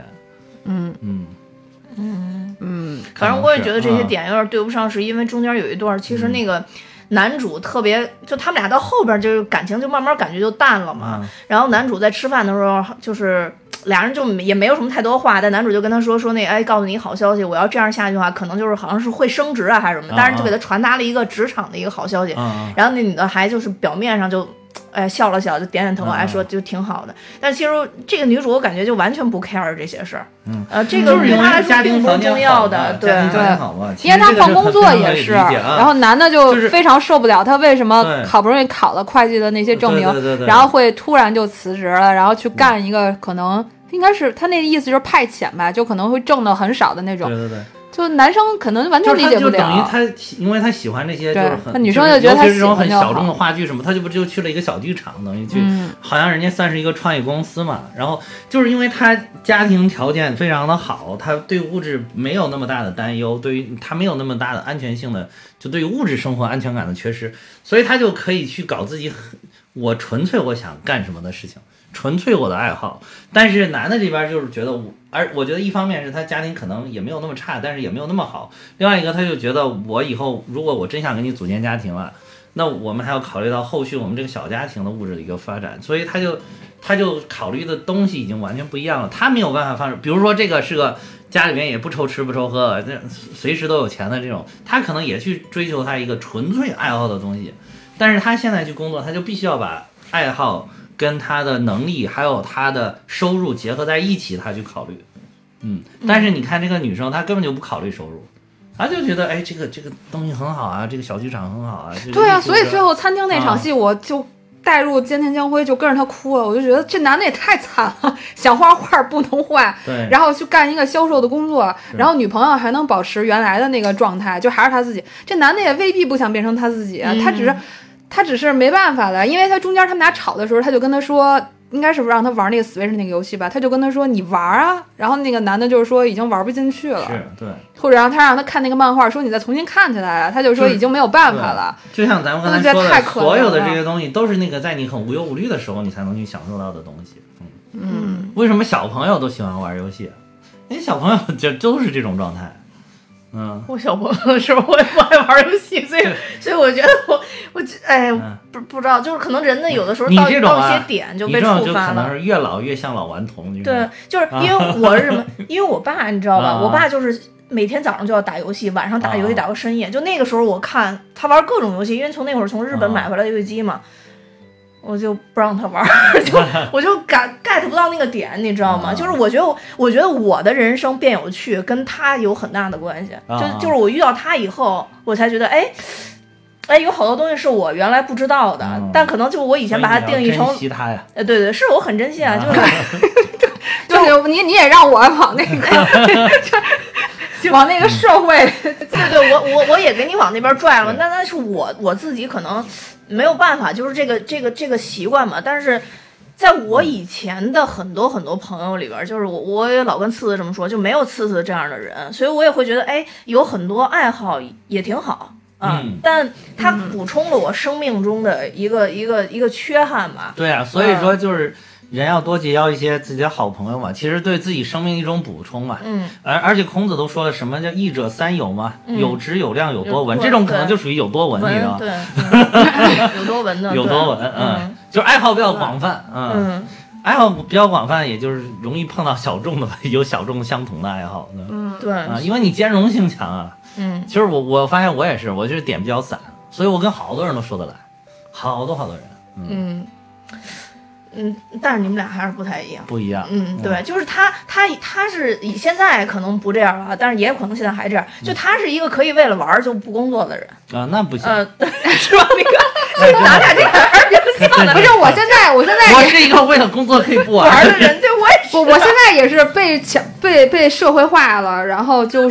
反正我也觉得这些点有点对不上，是因为中间有一段，其实那个男主特别，就他们俩到后边就是感情就慢慢感觉就淡了嘛。然后男主在吃饭的时候，就是俩人就也没有什么太多话，但男主就跟他说告诉你好消息，我要这样下去的话，可能就是好像是会升职还是什么，但是就给他传达了一个职场的一个好消息。然后那女的还就是表面上就。笑了笑，就点点头，还说就挺好的。但其实这个女主我感觉就完全不 care 这些事儿。这个对她来说并不是重要的，对对， 因为她换工作也是，然后男的就非常受不了，他为什么好不容易考了会计的那些证明，然后会突然就辞职了，然后去干一个可能应该是他那意思就是派遣吧，就可能会挣到很少的那种。 对对对。 就男生可能完全理解不了， 就等于他，因为他喜欢这些，就是很女生就觉得他这种很小众的话剧什么，他就去了一个小剧场，等于去，好像人家算是一个创业公司嘛。然后就是因为他家庭条件非常的好，他对物质没有那么大的担忧，对于他没有那么大的安全性的，就对于物质生活安全感的缺失，所以他就可以去搞自己我纯粹我想干什么的事情。纯粹我的爱好，但是男的这边就是觉得我觉得一方面是他家庭可能也没有那么差，但是也没有那么好。另外一个他就觉得我以后如果我真想跟你组建家庭了，那我们还要考虑到后续我们这个小家庭的物质的一个发展，所以他就考虑的东西已经完全不一样了。他没有办法放，比如说这个是个家里面也不愁吃不愁喝，这随时都有钱的这种，他可能也去追求他一个纯粹爱好的东西，但是他现在去工作，他就必须要把爱好跟他的能力还有他的收入结合在一起，他去考虑。但是你看这个女生，她根本就不考虑收入。他就觉得，哎，这个东西很好啊，这个小剧场很好啊。 对啊，所以最后餐厅那场戏，我就带入菅田将晖，就跟着他哭了。我就觉得这男的也太惨了，想画画不能画， 对， 然后去干一个销售的工作，然后女朋友还能保持原来的那个状态，就还是他自己。这男的也未必不想变成他自己，他只是没办法了，因为他中间他们俩吵的时候，他就跟他说。应该是让他玩那个 Switch 那个游戏吧，他就跟他说你玩啊，然后那个男的就是说已经玩不进去了， 是对， 或者让他看那个漫画，说你再重新看起来，他就说已经没有办法了。 就像咱们刚才说的，所有的这些东西都是那个在你很无忧无虑的时候你才能去享受到的东西。为什么小朋友都喜欢玩游戏？因为小朋友就都是这种状态。 我小朋友的时候我也不爱玩游戏，所以我觉得不知道，就是可能人的有的时候到一些点就被触发了。 你这种就可能是越老越像老顽童。 对，就是因为我是什么？因为我爸你知道吧？我爸就是每天早上就要打游戏，晚上打游戏打到深夜。就那个时候我看他玩各种游戏，因为从那会儿从日本买回来游戏机嘛。我就不让他玩，我就get 不到那个点，你知道吗？就是我觉得我的人生变有趣跟他有很大的关系。就是我遇到他以后，我才觉得有好多东西是我原来不知道的，但可能就我以前把它定义成珍惜他呀。 对，是我很珍惜啊， 就是你也让我往那个往那个社会， 对，我也给你往那边拽了，那是我自己可能。没有办法，就是这个习惯嘛。但是，在我以前的很多朋友里边，就是我也老跟次次这么说，就没有次次这样的人，所以我也会觉得，有很多爱好也挺好啊。但它补充了我生命中的一个缺憾吧。 对啊，所以说就是人要多结交一些自己的好朋友嘛，其实对自己生命一种补充嘛。而且孔子都说了，什么叫益者三友嘛，有质有量有多闻，这种可能就属于有多闻，你知道吗？ 对，有多闻的， 有多闻，就是爱好比较广泛，爱好比较广泛，也就是容易碰到小众的，有小众相同的爱好， 对啊，因为你兼容性强啊。其实我发现我也是，我就是点比较散，所以我跟好多人都说得来，好多人， 但是你们俩还是不太一样， 不一样。 对，就是他是现在可能不这样了，但是也有可能现在还这样。就他是一个可以为了玩就不工作的人啊，那不行， 是吧？那个，咱俩这个还是挺像的。 不是，我现在我是一个为了工作可以不玩的人，对我也是。 我现在也是被社会化了，然后就是。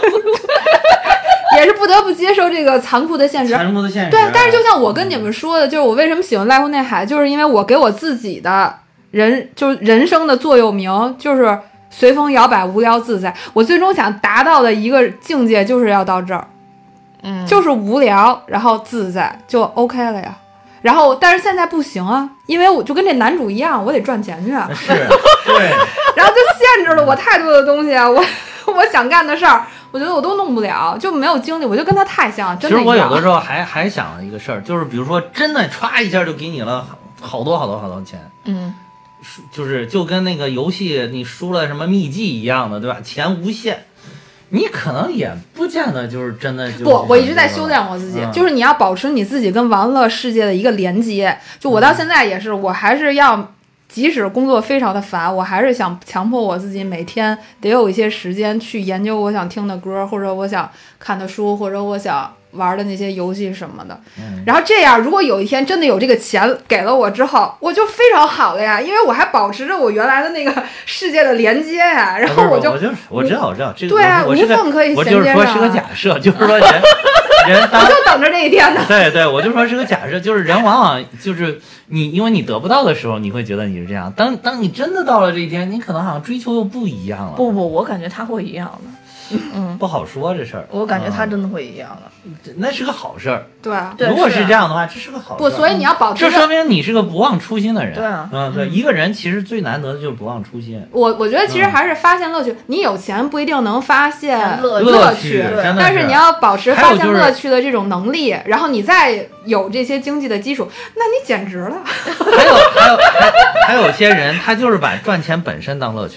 也是不得不接受这个残酷的现实。对，但是就像我跟你们说的，就是我为什么喜欢濑户内海，就是因为我给我自己的就是人生的座右铭，就是随风摇摆，无聊自在。我最终想达到的一个境界就是要到这儿，就是无聊，然后自在就 OK 了呀。然后，但是现在不行啊，因为我就跟这男主一样，我得赚钱去啊。 是，对。 然后就限制了我太多的东西啊，我想干的事儿。我觉得我都弄不了，就没有精力，我就跟他太像，真的。 其实我有的时候还想一个事儿，就是比如说真的歘一下就给你了好多钱，就跟那个游戏你输了什么秘籍一样的，对吧？钱无限，你可能也不见得就是真的就不。我一直在修炼我自己，就是你要保持你自己跟玩乐世界的一个连接。就我到现在也是，我还是要。即使工作非常的烦，我还是想强迫我自己每天得有一些时间去研究我想听的歌，或者我想看的书，或者我想玩的那些游戏什么的。然后这样，如果有一天真的有这个钱给了我之后，我就非常好了呀，因为我还保持着我原来的那个世界的连接呀。然后我知道这个。 对啊，无缝可以衔接上。 我就是说是个假设，就是说人我就等着这一天呢。 对，我就说是个假设，就是人往往就是因为你得不到的时候，你会觉得你是这样。当你真的到了这一天，你可能好像追求又不一样了。 不，我感觉他会一样的。 不好说这事儿。 我感觉他真的会一样的。 那是个好事儿。 对， 如果是这样的话，这是个好事儿。 不，所以你要保持。 这说明你是个不忘初心的人。 对啊。 对，一个人其实最难得的就是不忘初心。 我觉得其实还是发现乐趣。你有钱不一定能发现乐趣， 但是你要保持发现乐趣的这种能力，然后你再有这些经济的基础，那你简直了。 还有些人他就是把赚钱本身当乐趣。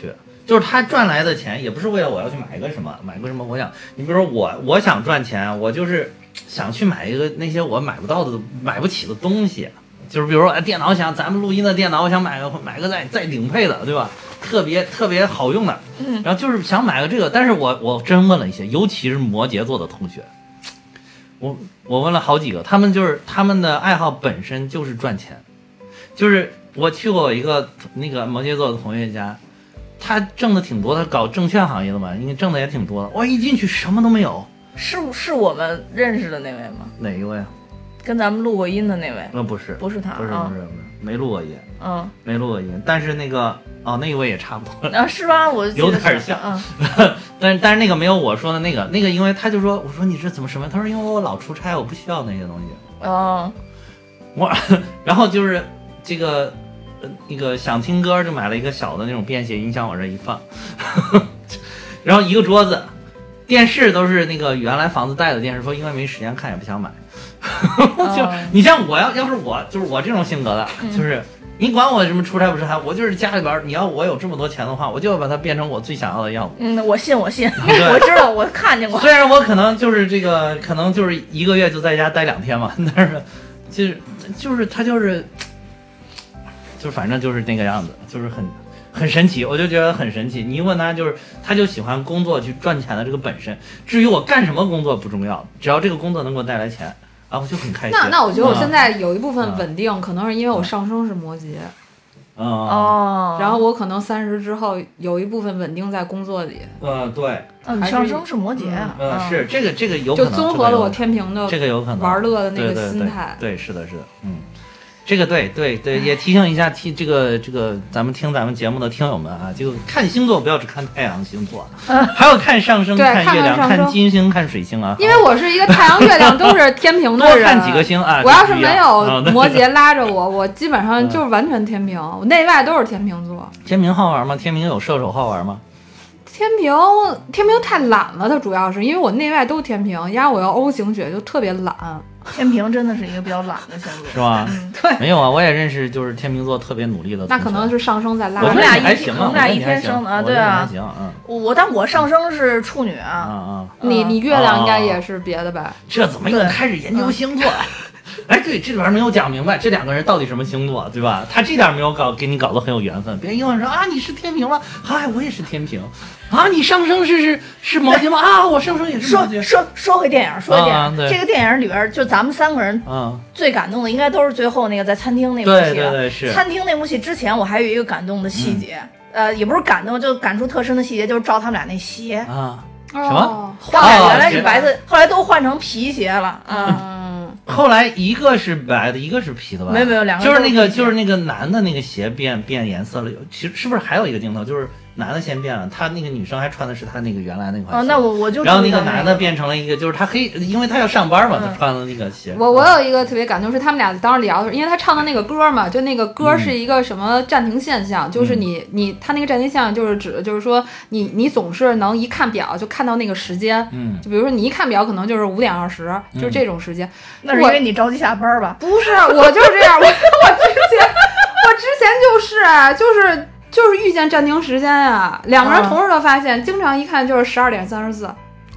就是他赚来的钱也不是为了我要去买个什么，我想，你比如说我想赚钱，我就是想去买一个那些我买不到的、买不起的东西，就是比如说电脑，咱们录音的电脑，我想买个再顶配的，对吧？特别好用的，然后就是想买个这个，但是我真问了一些，尤其是摩羯座的同学，我问了好几个，他们的爱好本身就是赚钱，就是我去过一个那个摩羯座的同学家。他挣的挺多，他搞证券行业的嘛，因为挣的也挺多的。哇，一进去什么都没有。 是我们认识的那位吗？ 哪一位啊？ 跟咱们录过音的那位？ 不是他，不是，没录过音。没录过音。但是那个那一位也差不多了。 是吧？我有点像。但是那个没有我说的那个，因为他就说，我说你是怎么什么？他说因为我老出差，我不需要那些东西。然后就是这个。那个想听歌就买了一个小的那种便携音箱往这一放，然后一个桌子，电视都是那个原来房子带的电视，说因为没时间看也不想买。就你像要是我就是我这种性格的，就是你管我什么出差不出差，我就是家里边你要我有这么多钱的话，我就要把它变成我最想要的样子。 我信，我知道，我看见过。 虽然我可能就是这个，可能就是1个月就在家待2天嘛，但是就是他就是。就反正就是那个样子，就是很神奇，我就觉得很神奇。你一问他，他就喜欢工作去赚钱的这个本身。至于我干什么工作不重要，只要这个工作能给我带来钱，然后就很开心。 那我觉得我现在有一部分稳定，可能是因为我上升是摩羯。然后我可能30之后有一部分稳定在工作里。 对。 你上升是摩羯啊。 是这个有可能。 就综合了我天平的这个有可能玩乐的那个心态。 对，是的。这个对，也提醒一下这个咱们听咱们节目的听友们啊，就看星座不要只看太阳星座，还要看上升、看月亮、看金星、看水星啊。 因为我是一个太阳、月亮都是天平的人， 多看几个星啊。 我要是没有摩羯拉着我基本上就是完全天平，我内外都是天平座。 天平好玩吗？天平有射手好玩吗？ 天平太懒了，它主要是因为我内外都天平，加上我要 O 型血就特别懒。 天平真的是一个比较懒的星座， 是吧？ 对， 没有啊，我也认识就是天秤座特别努力的。 那可能是上升在拉。 我们俩一天生的啊，对啊。但我上升是处女啊。 你月亮应该也是别的吧？ 这怎么又开始研究星座？哎，对，这里边没有讲明白这2个人到底什么星座，对吧？他这点没有给你搞得很有缘分。别人一问说啊，你是天平吗？嗨，我也是天平。啊，你上升是摩羯吗？啊，我上升也是摩羯。 说回电影，这个电影里边就咱们3个人最感动的，应该都是最后那个在餐厅那部戏了。 对，是。 餐厅那部戏之前，我还有一个感动的细节，也不是感动，就感触特深的细节，就是照他们俩那鞋啊。什么？ 原来是白的，后来都换成皮鞋了。 后来一个是白的，一个是皮的吧？ 没有2个。 就是那个男的那个鞋变颜色了，其实是不是还有一个镜头，就是男的先变了，他那个女生还穿的是他那个原来那款鞋。 那我就。 然后那个男的变成了一个，就是他因为他要上班嘛，他穿了那个鞋。 我有一个特别感动，是他们俩当时聊的时候，因为他唱的那个歌嘛，就那个歌是一个什么暂停现象，就是他那个暂停现象就是指的就是说你总是能一看表就看到那个时间，就比如说你一看表可能就是5点20，就是这种时间。 那是因为你着急下班吧？ 不是，我就是这样，我之前就是遇见暂停时间啊，2个人同时都发现，经常一看就是12点34，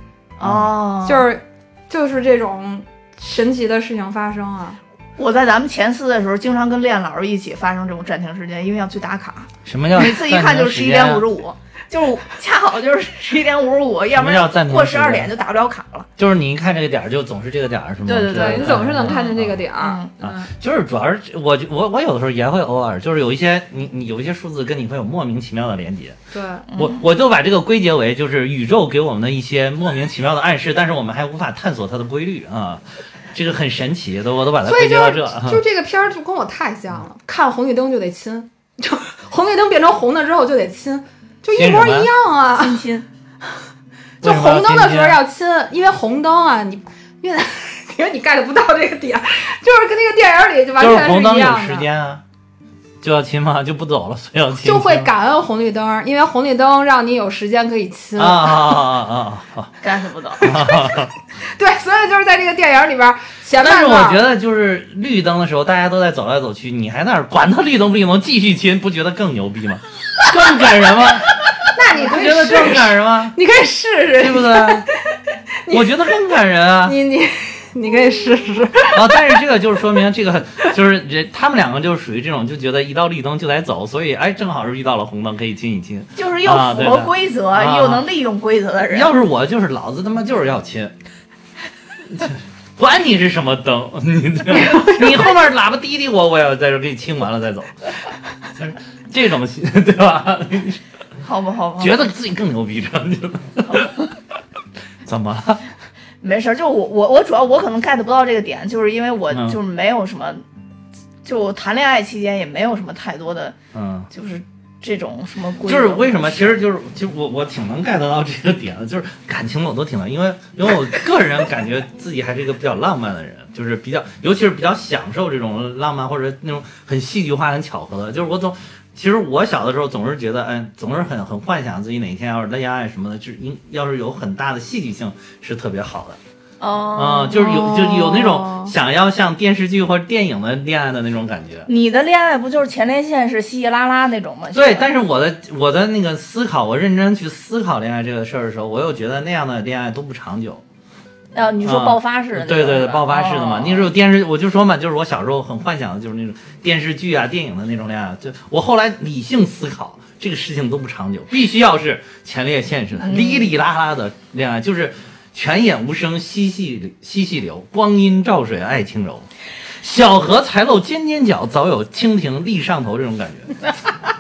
就是这种神奇的事情发生啊。 我在咱们前4的时候，经常跟练老师一起发生这种暂停时间，因为要去打卡。 什么叫每次一看就是11点55，就是恰好就是11点55，要不然过12点就打不了卡了。 就是你一看这个点就总是这个点是吗？ 对，你总是能看见这个点就是主要是我有的时候也会偶尔，就是有一些你有一些数字跟你会有莫名其妙的连接。 对， 我就把这个归结为就是宇宙给我们的一些莫名其妙的暗示，但是我们还无法探索它的规律啊。这个很神奇，我都把它归结到这。 就这个片儿就跟我太像了，看红绿灯就得亲，就红绿灯变成红的之后就得亲，就一模一样啊！ 亲， 就红灯的时候要亲，因为红灯啊，因为你 get 不到这个点，就是跟那个电影里就完全是一样的。 就是红灯有时间啊，就要亲吗？就不走了，所以要亲。 就会感恩红绿灯，因为红绿灯让你有时间可以亲。 get 不到。 对，所以就是在这个电影里边，前半段。 但是我觉得就是绿灯的时候，大家都在走来走去，你还那儿管他绿灯不绿灯继续亲，不觉得更牛逼吗？更感人吗？ 那那你可以觉得更感人吗？ 你可以试试， 对不对？我觉得更感人啊！ 你可以试试啊！但是这个就是说明，这个就是他们两个就是属于这种，就觉得一到绿灯就得走，所以哎，正好是遇到了红灯，可以亲一亲， 就是又符合规则，又能利用规则的人。 要是我，就是老子他妈就是要亲。管你是什么灯，你后面喇叭滴滴我也要在这给你亲完了再走，这种对吧？ 好吧， 觉得自己更牛逼着，怎么了？ 没事，就我主要我可能 get 不到这个点，就是因为我就是没有什么，就谈恋爱期间也没有什么太多的，就是这种什么规则。 就是为什么？其实我挺能 get 到这个点的，就是感情我都挺能，因为我个人感觉自己还是一个比较浪漫的人，就是比较，尤其是比较享受这种浪漫或者那种很戏剧化、很巧合的。就是其实我小的时候总是觉得，总是很幻想自己哪天要是恋爱什么的，要是有很大的戏剧性是特别好的。就是有那种想要像电视剧或者电影的恋爱的那种感觉。 你的恋爱不就是前列腺是稀稀拉拉那种吗？ 对，但是我的那个思考，我认真去思考恋爱这个事儿的时候，我又觉得那样的恋爱都不长久。 你说爆发式的、 对，爆发式的嘛。那时候电视，我就说嘛，就是我小时候很幻想的就是那种电视剧啊、电影的那种恋爱。就我后来理性思考，这个事情都不长久，必须要是前列腺式的、哩哩啦啦的恋爱，就是泉眼无声惜细流，光阴照水爱轻柔，小荷才露尖尖角，早有蜻蜓立上头，这种感觉。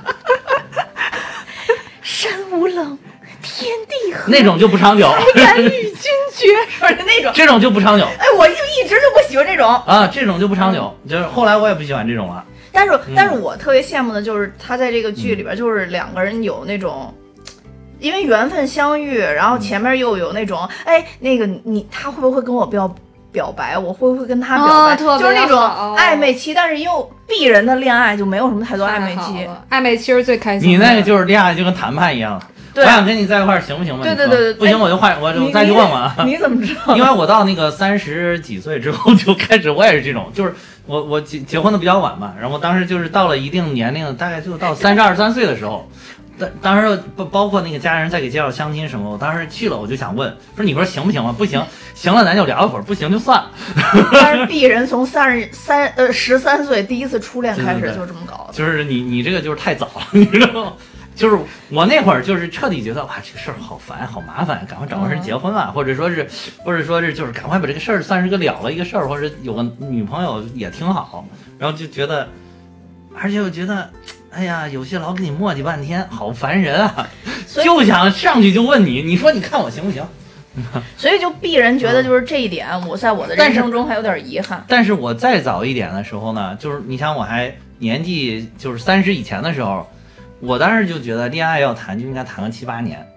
山无棱，天地合， 那种就不长久。 才敢与君绝，说是那种， 这种就不长久。 我就一直就不喜欢这种啊，这种就不长久。就是后来我也不喜欢这种了。 但是我特别羡慕的就是他在这个剧里边，就是两个人有那种。因为缘分相遇，然后前面又有那种，那个他会不会跟我表白？我会不会跟他表白？就是那种暧昧期，但是又鄙人的恋爱就没有什么太多暧昧期。 暧昧期是最开心的。 你那个就是恋爱就跟谈判一样，我想跟你在一块儿行不行吧？ 对， 不行我就换，我再去问问。 你怎么知道？ 因为我到那个30几岁之后就开始，我也是这种，就是我结婚的比较晚嘛，然后当时就是到了一定年龄，大概就到32、33岁的时候。当时包括那个家人在给介绍相亲什么，我当时去了，我就想问，说你说行不行吗？不行，行了咱就聊一会儿，不行就算了。 但是鄙人从13岁第一次初恋开始就这么搞的。 就是你这个就是太早了，你知道吗？就是我那会儿就是彻底觉得哇，这个事儿好烦好麻烦，赶快找个人结婚啊，或者说是就是赶快把这个事儿算是个了一个事儿，或者有个女朋友也挺好，然后就觉得，而且我觉得。哎呀，有些老跟你磨叽半天，好烦人啊！就想上去就问你，你说你看我行不行？ 所以就鄙人觉得就是这一点，我在我的人生中还有点遗憾。 但是我再早一点的时候呢，就是你想我还年纪就是30以前的时候，我当时就觉得恋爱要谈就应该谈个7、8年，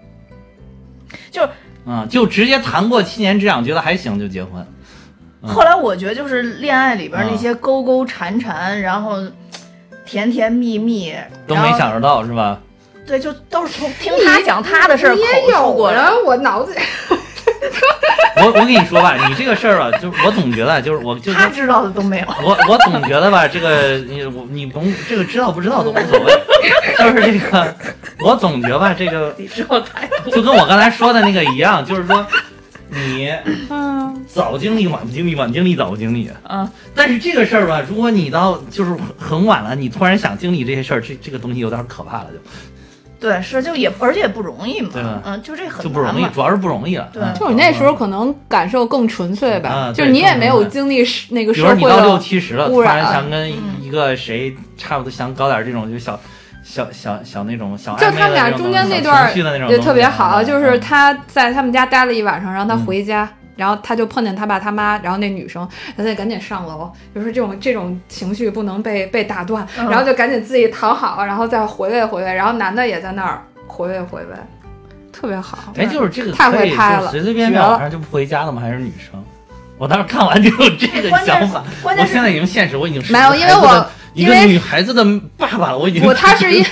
就直接谈过7年之痒，觉得还行就结婚。 后来我觉得就是恋爱里边那些勾勾缠缠，然后。甜甜蜜蜜都没想得到是吧？ 对，就都是从听他讲他的事儿口述过来。 我脑子里， 我跟你说吧，你这个事儿吧，就是我总觉得就是他知道的都没有。 我总觉得吧，这个你甭这个知道不知道都无所谓，就是这个我总觉得吧，这个你知道太多， 就跟我刚才说的那个一样，就是说。你早经历晚经历，晚经历早经历但是这个事儿吧，如果你到就是很晚了，你突然想经历这些事儿，这个东西有点可怕了就。 对，是就而且也不容易嘛， 对吧？ 就这很就不容易，主要是不容易了。 对， 就是你那时候可能感受更纯粹吧，就是你也没有经历那个社会的污染。 比如你到60、70了，突然想跟一个谁差不多想搞点这种就小那种小暧昧的就他们俩中间那段也特别好，就是他在他们家待了一晚上，然后他回家，然后他就碰见他爸他妈，然后那女生他得赶紧上楼，就是这种情绪不能被打断，然后就赶紧自己躺好，然后再回味，然后男的也在那儿回味，特别好。 就是这个太会拍了， 随随便晚上就不回家了吗？还是女生？我当时看完就有这个想法，我现在已经现实，我已经没有，因为一个女孩子的爸爸了，我已经他是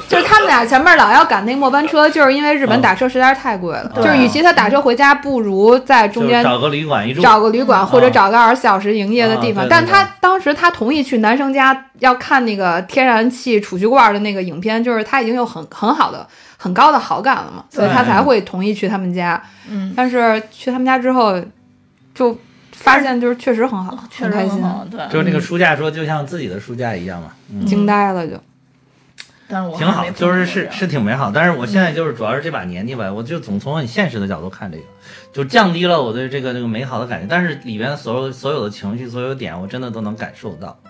就是他们俩前面老要赶那末班车，就是因为日本打车实在是太贵了。就是与其他打车回家，不如在中间找个旅馆一住， 或者找个24小时营业的地方。但他当时他同意去男生家要看那个天然气储蓄罐的那个影片，就是他已经有很好的很高的好感了嘛，所以他才会同意去他们家。但是去他们家之后，就发现就是确实很好，很开心。 对， 就是那个书架说就像自己的书架一样嘛， 惊呆了就。 但是我挺好，就是挺美好。但是我现在就是主要是这把年纪吧，我就总从很现实的角度看这个，就降低了我对这个美好的感觉。但是里边所有的情绪、所有点，我真的都能感受到。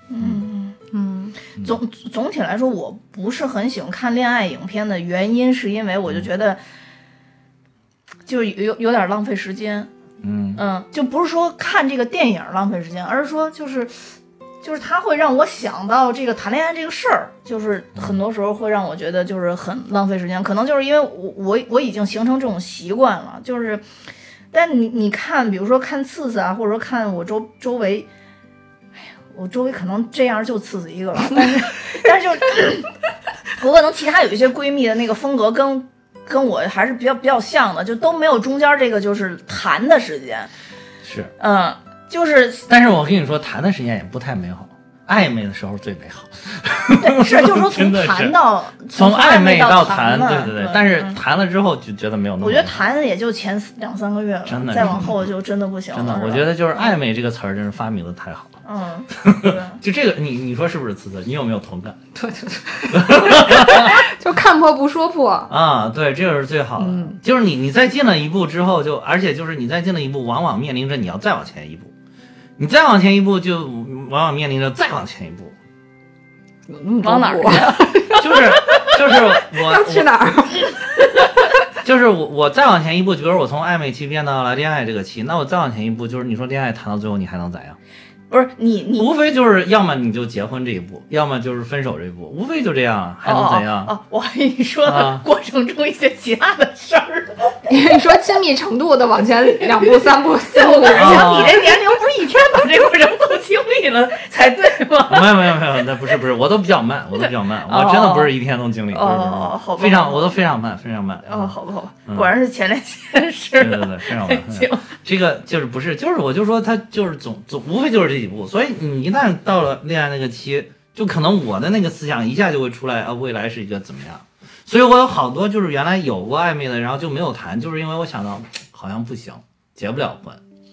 总体来说，我不是很喜欢看恋爱影片的原因，是因为我就觉得就有点浪费时间。就不是说看这个电影浪费时间，而是说就是它会让我想到这个谈恋爱这个事儿，就是很多时候会让我觉得就是很浪费时间。可能就是因为我已经形成这种习惯了，就是，但你看，比如说看次次啊，或者说看我周围，哎呀，我周围可能这样就次次一个了，但是就我可能其他有一些闺蜜的那个风格跟我还是比较像的，就都没有中间这个就是谈的时间， 是， 就是， 但是我跟你说，谈的时间也不太美好，暧昧的时候最美好。 对，是，就是说从谈到从暧昧到谈， 对。 但是谈了之后就觉得没有那么。 我觉得谈也就前2-3个月了， 真的， 再往后就真的不行了。 真的，我觉得就是暧昧这个词儿真是发明的太好了。就这个，你说是不是次次？你有没有同感？ 对，就看破不说破啊，对，这个是最好的。就是你再进了一步之后，而且就是你再进了一步，往往面临着你要再往前一步。你再往前一步，就往往面临着再往前一步。 往哪儿？ 就是我要去哪儿？ 就是我再往前一步，比如我从暧昧期变到了恋爱这个期，那我再往前一步，就是你说恋爱谈到最后，你还能咋样？ 不是你无非就是要么你就结婚这一步，要么就是分手这一步，无非就这样，还能怎样？ 我还跟你说过程中一些其他的事儿。 你说亲密程度的往前2步、3步、4步， 想你这年龄不是一天把这过程都经历了才对吗？ 没有，那不是，我都比较慢，我真的不是一天都经历， 好吧， 我都非常慢。 好吧，果然是前列腺是。 对，非常慢。这个就是不是，就是我就说他就是总无非就是这几步，所以你一旦到了恋爱那个期，就可能我的那个思想一下就会出来啊，未来是一个怎么样。所以我有好多就是原来有过暧昧的，然后就没有谈，就是因为我想到好像不行，结不了婚。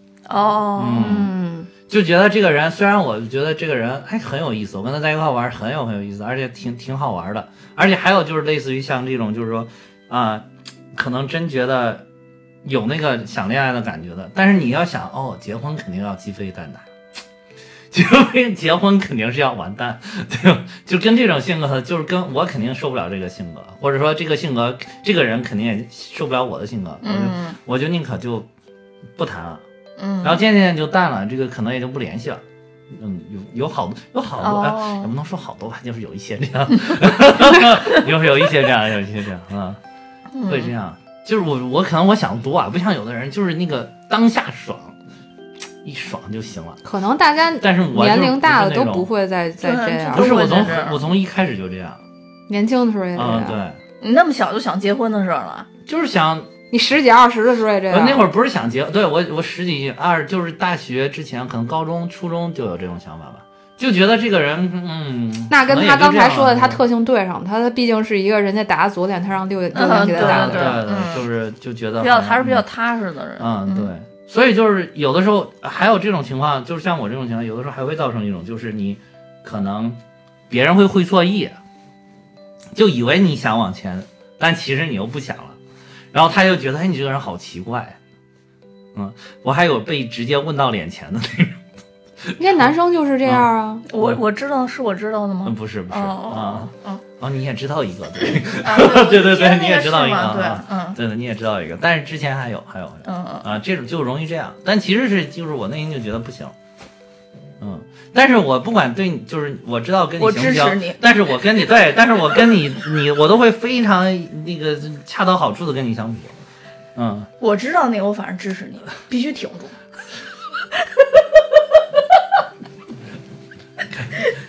就觉得这个人，虽然我觉得这个人还很有意思，我跟他在一块玩很有意思，而且挺好玩的，而且还有就是类似于像这种就是说可能真觉得有那个想恋爱的感觉的，但是你要想结婚肯定要鸡飞蛋打，结婚肯定是要完蛋，对吧？就跟这种性格，就是跟我肯定受不了这个性格，或者说这个性格，这个人肯定也受不了我的性格，我就宁可就不谈了，然后渐渐就淡了，这个可能也就不联系了。有好多，也不能说好多吧，就是有一些这样，有一些这样啊，会这样。就是我可能我想多啊，不像有的人就是那个当下爽。一爽就行了， 可能大家但是我年龄大了都不会再这样。 不是我从一开始就这样， 年轻的时候也这样。 对， 你那么小就想结婚的时候了， 就是想你10几20的时候也这样。 那会儿不是想结，对我10几就是大学之前，可能高中初中就有这种想法吧，就觉得这个人那跟他刚才说的他特性对上，他毕竟是一个人家打左脸，他让右脸给他打的，对，就觉得还是比较踏实的人。 对。所以就是有的时候还有这种情况，就是像我这种情况，有的时候还会造成一种，就是你可能别人会错意，就以为你想往前，但其实你又不想了，然后他就觉得你这个人好奇怪。我还有被直接问到脸前的那种。 因为男生就是这样啊。 我知道，是我知道的吗？ 不是你也知道一个，对，你也知道一个，对，你也知道一个，但是之前还有，这种就容易这样，但其实就是我内心就觉得不行，但是我不管对你，就是我知道跟你行不行，但是我跟你对，但是我跟你我都会非常那个恰到好处的跟你相处， 我知道那个，我反正支持你，必须挺住。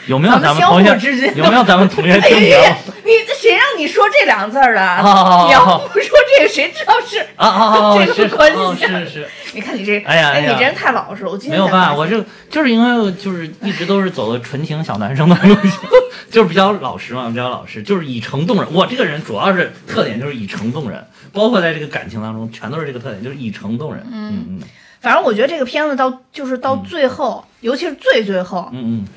有没有咱们同学之间？ 有没有咱们同学听节目？ 你谁让你说这两个字儿的？你要不说这个，谁知道是这个关系？ 是。 你看你这， 哎呀， 你这人太老实了。我今天没有办法，我就是因为就是一直都是走的纯情小男生的路线，就是比较老实嘛，比较老实，就是以诚动人。我这个人主要是特点就是以诚动人，包括在这个感情当中，全都是这个特点，就是以诚动人。 反正我觉得这个片子到最后，尤其是最后，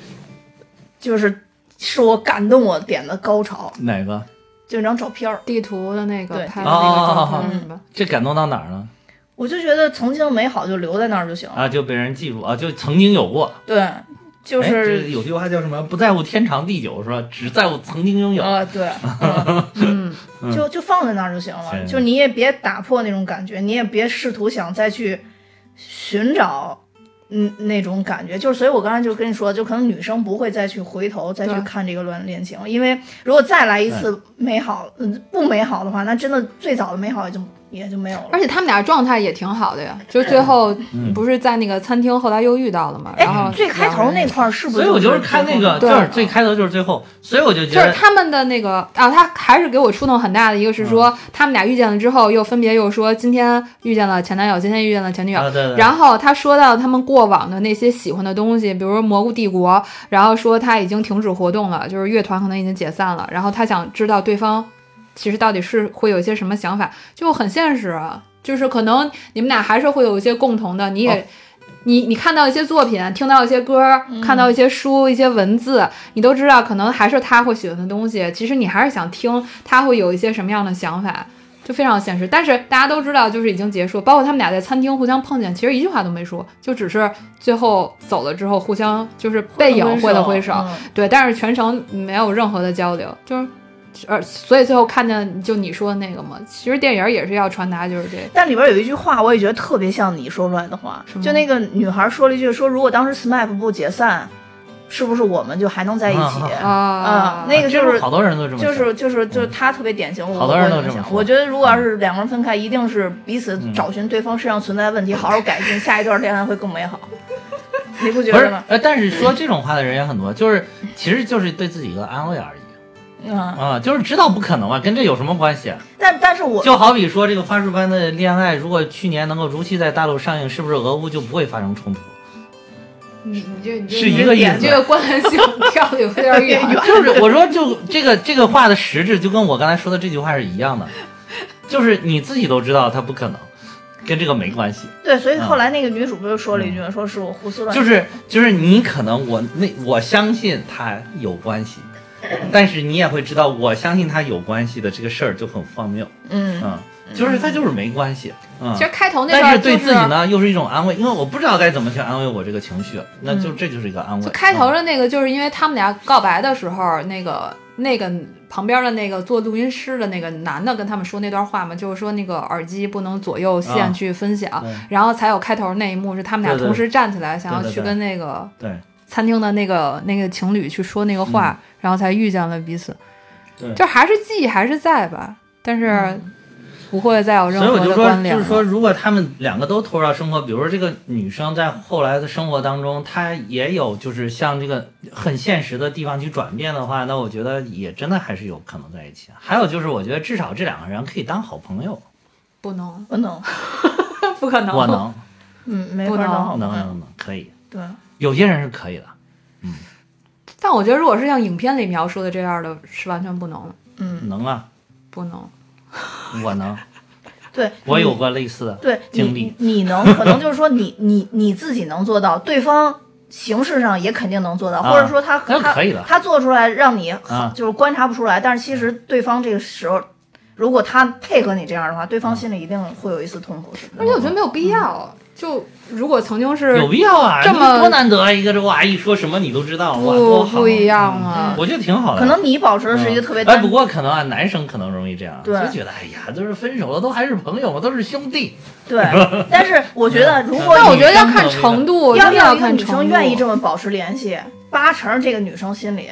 是我感动我点的高潮。 哪个？ 就那张照片， 地图的那个拍的的那个照片是吧？ 这感动到哪儿了？ 我就觉得曾经美好就留在那儿就行了啊，就被人记住啊，就曾经有过。 对，就是有句话叫什么？不在乎天长地久，是吧？只在乎曾经拥有。 啊，对，就放在那儿就行了。就你也别打破那种感觉，你也别试图想再去寻找那种感觉。就是所以我刚才就跟你说，就可能女生不会再去回头再去看这个恋情，因为如果再来一次美好，不美好的话，那真的最早的美好也就没有了。 而且他们俩状态也挺好的呀，就是最后不是在那个餐厅，后来又遇到了嘛。然后最开头那块是不是？ 所以我就是看那个，就是最开头就是最后，所以我就觉得就是他们的那个啊，他还是给我触动很大的一个是说，他们俩遇见了之后，又分别又说今天遇见了前男友，今天遇见了前女友。 对。 然后他说到他们过往的那些喜欢的东西，比如说蘑菇帝国，然后说他已经停止活动了，就是乐团可能已经解散了，然后他想知道对方其实到底是会有一些什么想法，就很现实啊。就是可能你们俩还是会有一些共同的，你看到一些作品，听到一些歌，看到一些书，一些文字，你都知道可能还是他会喜欢的东西，其实你还是想听他会有一些什么样的想法，就非常现实。但是大家都知道就是已经结束，包括他们俩在餐厅互相碰见，其实一句话都没说，就只是最后走了之后互相就是背影挥了挥手，对，但是全程没有任何的交流，就是所以最后看见就你说的那个嘛，其实电影也是要传达就是这个。 但里边有一句话，我也觉得特别像你说出来的话，就那个女孩说了一句说，如果当时 SMAP 不解散，是不是我们就还能在一起那个就是好多人都这么想， 就是他特别典型， 好多人都这么想。 我觉得如果要是两个人分开，一定是彼此找寻对方身上存在的问题，好好改进，下一段恋爱会更美好。你不觉得吗？ 但是说这种话的人也很多，其实就是对自己一个安慰而已。就是知道不可能嘛，跟这有什么关系？ 但是我就好比说这个《花束般的恋爱》，如果去年能够如期在大陆上映，是不是俄乌就不会发生冲突？ 你是一个意思。 这个关联性跳的有点远。 就是我说，就这个话的实质，就跟我刚才说的这句话是一样的，就是你自己都知道它不可能。跟这个没关系。 对，所以后来那个女主不就说了一句吗？说是我胡思乱想。 就是你可能我相信它有关系。但是你也会知道，我相信他有关系的这个事儿就很荒谬。就是他就是没关系。 其实开头那段， 但是对自己呢又是一种安慰，因为我不知道该怎么去安慰我这个情绪，那就这就是一个安慰。 就开头的那个，就是因为他们俩告白的时候，那个旁边的那个做录音师的那个男的跟他们说那段话嘛，就是说那个耳机不能左右线去分享，然后才有开头那一幕是他们俩同时站起来，想要去跟那个餐厅的那个情侣去说那个话，然后才遇见了彼此。就还是记忆还是在吧，但是不会再有任何的关联。 所以我就是说，如果他们两个都投入到生活，比如说这个女生在后来的生活当中，她也有就是像这个很现实的地方去转变的话，那我觉得也真的还是有可能在一起。还有就是，我觉得至少这两个人可以当好朋友。 不能， 不可能。 我能， 没法当好朋友。 能，可以。 对， 有些人是可以的。 但我觉得，如果是像影片里描述的这样的，是完全不能的。 能啊， 不能。 我能。 对， 我有过类似的经历。 你能，可能就是说你自己能做到，对方形式上也肯定能做到，或者说他可以的， 他做出来让你就是观察不出来，但是其实对方这个时候，如果他配合你这样的话，对方心里一定会有一丝痛苦。 而且我觉得没有必要。就如果曾经是有必要啊， 这么多难得啊！一个这哇一说什么你都知道，哇多好， 不一样啊！ 我觉得挺好的。 可能你保持的是一个特别不过可能男生可能容易这样，就觉得哎呀，都是分手了，都还是朋友嘛，都是兄弟。 对，但是我觉得如果那我觉得要看程度， 要看女生愿意这么保持联系，80%这个女生心里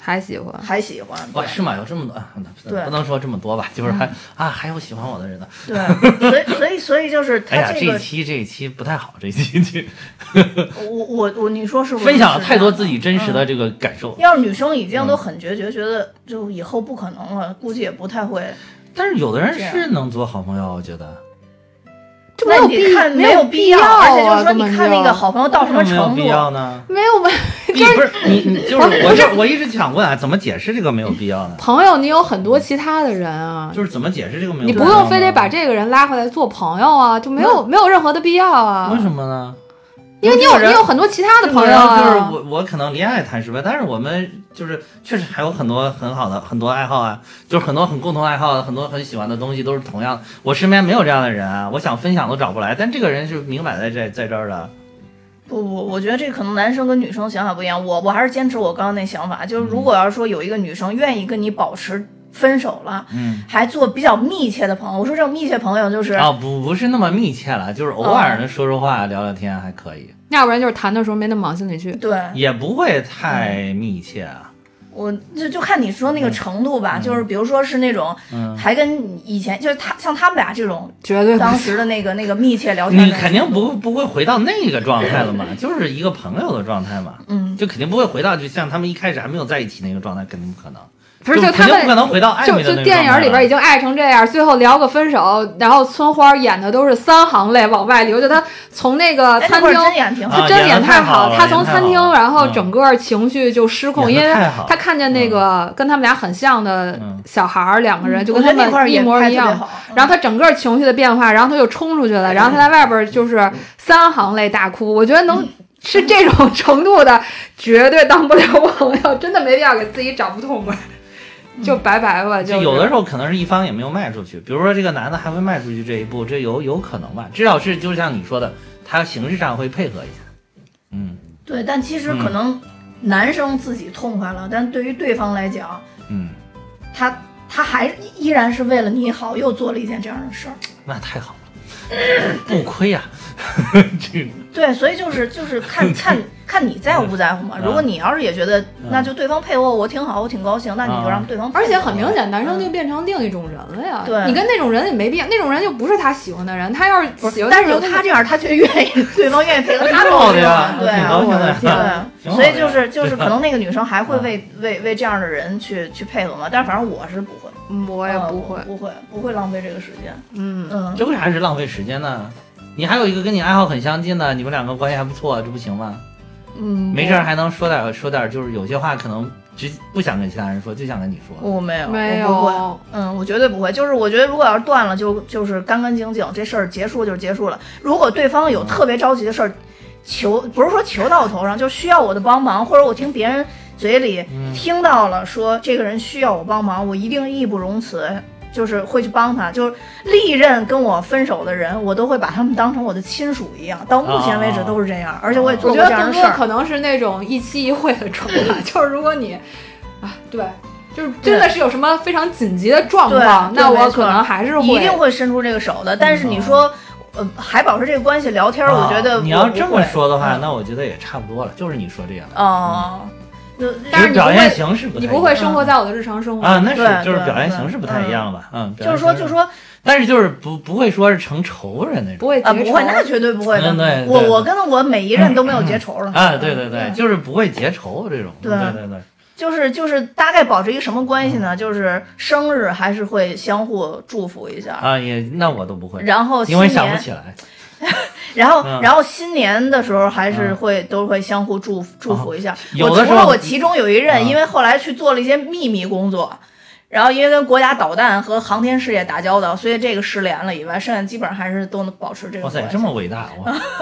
还喜欢， 哇，是吗？有这么多， 对， 不能说这么多吧，就是还有喜欢我的人呢。 对，所以就是他这个，这一期不太好，这一期你说是不是分享了太多自己真实的这个感受？ 要是女生已经都很决绝，觉得就以后不可能了，估计也不太会。 但是有的人是能做好朋友，我觉得。 没有必要， 而且就是说，你看那个好朋友到什么程度？ 没有必要呢？ 没有吧？ 你就是我一直想问啊，怎么解释这个没有必要呢？ 朋友，你有很多其他的人啊， 就是怎么解释这个没有必要？ 你不用非得把这个人拉回来做朋友啊，就没有任何的必要啊。 为什么呢？ 因为你有很多其他的朋友啊。 就是我可能恋爱谈失败，但是我们就是确实还有很多很好的很多爱好啊，就是很多很共同爱好，很多很喜欢的东西都是同样的。我身边没有这样的人啊，我想分享都找不来，但这个人是明摆在这儿的。 不，我觉得这可能男生跟女生想法不一样。我还是坚持我刚刚那想法，就是如果要是说有一个女生愿意跟你保持分手了，还做比较密切的朋友。我说这种密切朋友就是不是那么密切了，就是偶尔的说话聊聊天还可以。 要不然就是谈的时候没那么往心里去， 对， 也不会太密切啊。 我就看你说那个程度吧，就是比如说是那种，还跟以前就是像他们俩这种， 绝对当时的那个密切聊天， 你肯定不会回到那个状态了嘛，就是一个朋友的状态嘛，就肯定不会回到就像他们一开始还没有在一起那个状态，肯定不可能。 不是， 就他们不可能回到暧昧的那就电影里边已经爱成这样，最后聊个分手，然后村花演的都是3行泪往外流，就他从那个餐厅，他真演太好，他从餐厅，然后整个情绪就失控，因为他看见那个跟他们俩很像的小孩2个人，就跟他们一模一样，然后他整个情绪的变化，然后他就冲出去了，然后他在外边就是3行泪大哭，我觉得能。是这种程度的，绝对当不了朋友，真的没必要给自己找不痛快。就拜拜吧，就有的时候可能是一方也没有迈出去，比如说这个男的还会迈出去这一步，这有可能吧？至少是就像你说的，他形式上会配合一下。 对，但其实可能男生自己痛快了，但对于对方来讲，他还依然是为了你好，又做了一件这样的事儿， 那太好了，不亏呀。 对，所以就是看你在乎不在乎嘛。如果你要是也觉得，那就对方配我挺好，我挺高兴，那你就让对方配我。 而且很明显，男生就变成另一种人了呀。 对， 你跟那种人也没必要，那种人就不是他喜欢的人。他要是喜欢， 但是有他这样，他却愿意对方愿意配合他高兴。对，所以就是可能那个女生还会为这样的人去配合嘛。但是反正我是不会， 我也不会浪费这个时间。 这为啥是浪费时间呢？你还有一个跟你爱好很相近的，你们2个关系还不错，这不行吗？没事还能说点，就是有些话可能不想跟其他人说，就想跟你说。 我没有， 我不会，我绝对不会。就是我觉得如果要是断了，就是干干净净，这事儿结束就是结束了。如果对方有特别着急的事儿，不是说求到我头上，就需要我的帮忙，或者我听别人嘴里听到了说这个人需要我帮忙，我一定义不容辞。就是会去帮他，就是历任跟我分手的人，我都会把他们当成我的亲属一样，到目前为止都是这样，而且我也做过这样的事儿。 我觉得更多可能是那种一期一会的状态，就是如果你对，就是真的是有什么非常紧急的状况，那我可能还是一定会伸出这个手的。但是你说还保持这个关系聊天，我觉得你要这么说的话，那我觉得也差不多了，就是你说这样但是表现形式不太一样， 你不会生活在我的日常生活那是就是表现形式不太一样吧？ 就是说， 但是就是不会说是成仇人那种， 不会结仇， 不会，那绝对不会的。 对， 我跟我每一任都没有结仇了。 对，就是不会结仇这种。对， 就是大概保持一个什么关系呢？就是生日还是会相互祝福一下那我都不会， 然后因为想不起来。 然后新年的时候还是都会相互祝福一下。 有的时候我其中有一任，因为后来去做了一些秘密工作，然后因为跟国家导弹和航天事业打交道，所以这个失联了以外，剩下基本上还是都能保持这个关系。 哇塞，这么伟大！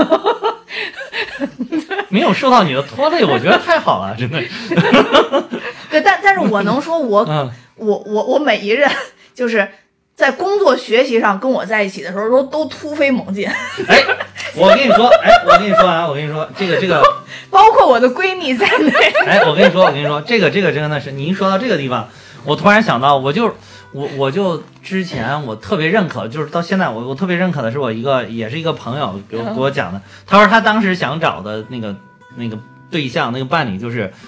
没有受到你的拖累，我觉得太好了，真的。 对，但是我能说我每一任就是在工作学习上跟我在一起的时候都突飞猛进。 我跟你说，这个， 包括我的闺蜜在内。 我跟你说，这个真的是，你一说到这个地方，我突然想到，我就之前我特别认可，就是到现在我特别认可的是也是一个朋友给我讲的，他说他当时想找的那个对象那个伴侣就是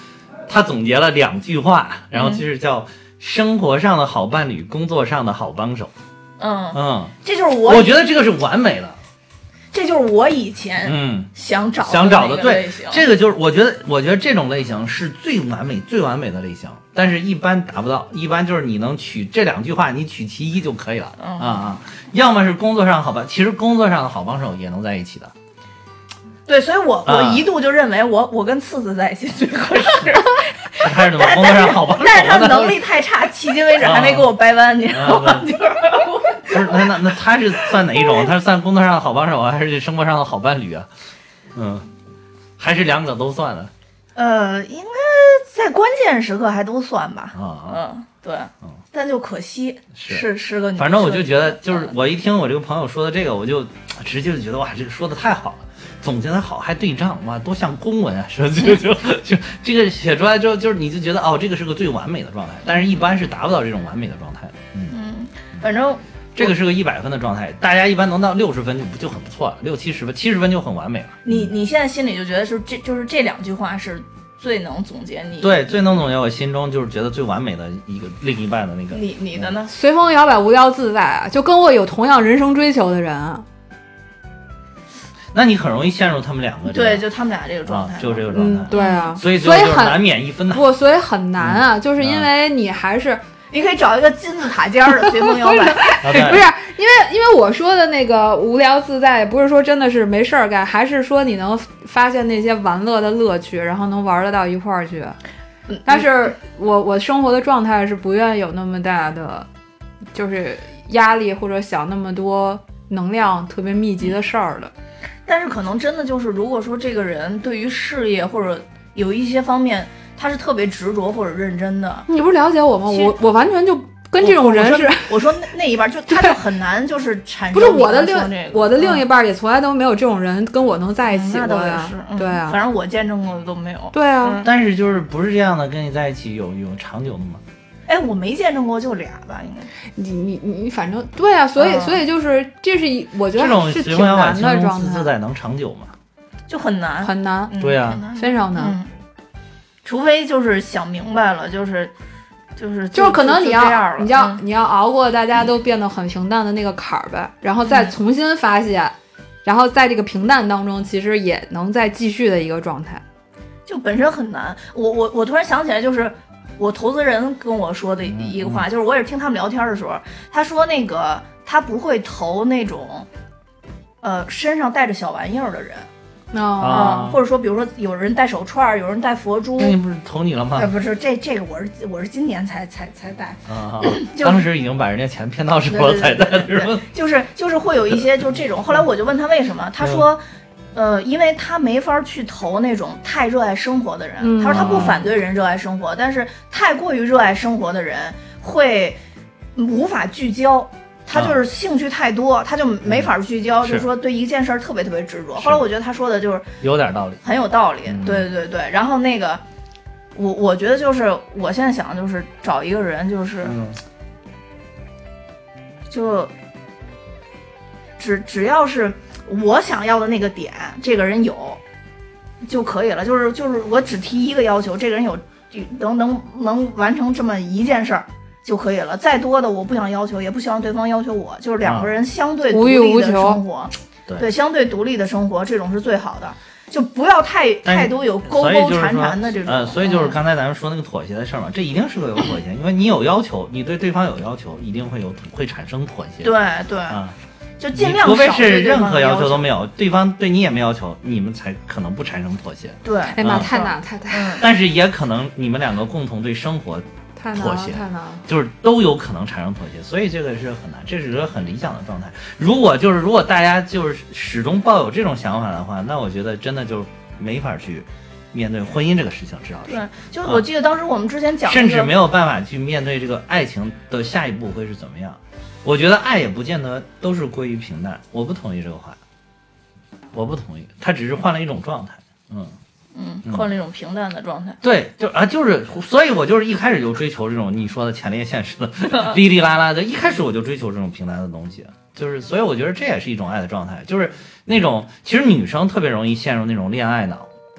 他总结了2句话，然后就是叫生活上的好伴侣，工作上的好帮手。 这就是我觉得这个是完美的。 这就是我以前想找的对，这个就是我觉得这种类型是最完美的类型，但是一般达不到，一般就是你能取这2句话，你取其一就可以了。要么是工作上好吧，其实工作上的好帮手也能在一起的。 对，所以我一度就认为我跟次次在一起最合适。 他是怎么工作上好帮手？ 但是他能力太差，迄今为止还没给我掰弯，你知道吗？ 不是，那他是算哪一种？他是算工作上的好帮手啊，还是生活上的好伴侣啊？还是2个都算的？ 应该在关键时刻还都算吧。对。但就可惜是个女。 反正我就觉得，就是我一听我这个朋友说的这个，我就直接就觉得哇，这个说的太好了。总结的好，还对仗，哇，多像公文啊！说就这个写出来之后，就是你就觉得这个是个最完美的状态，但是一般是达不到这种完美的状态。 反正这个是个100分的状态，大家一般能到60分就很不错了，60-70分，70分就很完美了。 你现在心里就觉得就是这2句话是最能总结你？ 对，最能总结我心中就是觉得最完美的一个另一半的那个。 你的呢？ 随风摇摆，无聊自在啊，就跟我有同样人生追求的人啊。 那你很容易陷入他们2个。 对，就他们俩这个状态， 就这个状态。 对啊， 所以就是难免一分的。 所以很难啊，就是因为你还是你可以找一个金字塔尖的随风摇摆。 不是因为我说的那个无聊自在，不是说真的是没事儿干，还是说你能发现那些玩乐的乐趣，然后能玩得到一块儿去。但是我生活的状态是不愿意有那么大的就是压力，或者想那么多能量特别密集的事儿的。 但是可能真的就是，如果说这个人对于事业或者有一些方面他是特别执着或者认真的， 你不是了解我吗？我完全就跟这种人是， 我说那一半就他就很难就是产生不是我的另一半也从来都没有这种人跟我能在一起过呀。对啊， 反正我见证过的都没有。 对啊， 但是就是不是这样的，跟你在一起有长久的吗？ 哎，我没见证过，就俩吧，应该。 你反正对啊，所以就是这是我觉得是挺难的状态。 自在能长久吗？ 就很难很难。 对啊， 非常难。 除非就是想明白了，就是可能你要熬过大家都变得很平淡的那个坎儿呗，然后再重新发现，然后在这个平淡当中，其实也能再继续的一个状态。 就本身很难。我突然想起来，就是我投资人跟我说的一个话，就是我也是听他们聊天的时候，他说那个他不会投那种身上带着小玩意儿的人。或者说比如说有人戴手串，有人戴佛珠。 那你不是投你了吗？ 不是，这个我是今年才戴。 当时已经把人家钱骗到手了才戴的是吗？ 就是会有一些就这种。后来我就问他为什么，他说因为他没法去投那种太热爱生活的人。他说他不反对人热爱生活，但是太过于热爱生活的人会无法聚焦。他就是兴趣太多，他就没法聚焦，就是说对一件事儿特别特别执着。后来我觉得他说的就是有点道理， 很有道理。对。然后那个我觉得就是我现在想的就是找一个人，就是就只要是我想要的那个点，这个人有就可以了。就是我只提一个要求，这个人有能完成这么一件事儿就可以了，再多的我不想要求，也不希望对方要求我，就是2个人相对独立的生活，对，相对独立的生活，这种是最好的，就不要太多有勾勾缠缠的这种。 所以就是刚才咱们说那个妥协的事儿嘛，这一定是个有妥协，因为你有要求，你对对方有要求，一定会产生妥协。 对就尽量少。除非是任何要求都没有，对方对你也没要求，你们才可能不产生妥协。 对， 哎妈，太难。 但是也可能你们2个共同对生活妥协， 太难， 就是都有可能产生妥协，所以这个是很难，这是一个很理想的状态。如果大家就是始终抱有这种想法的话，那我觉得真的就没法去面对婚姻这个事情，至少是。 对，就我记得当时我们之前讲， 甚至没有办法去面对这个爱情的下一步会是怎么样。我觉得爱也不见得都是归于平淡，我不同意这个话，我不同意，它只是换了一种状态。 换了一种平淡的状态。 对，所以我就是一开始就追求这种你说的前列现实的哩哩啦啦的，一开始我就追求这种平淡的东西，所以我觉得这也是一种爱的状态，就是那种其实女生特别容易陷入那种恋爱脑，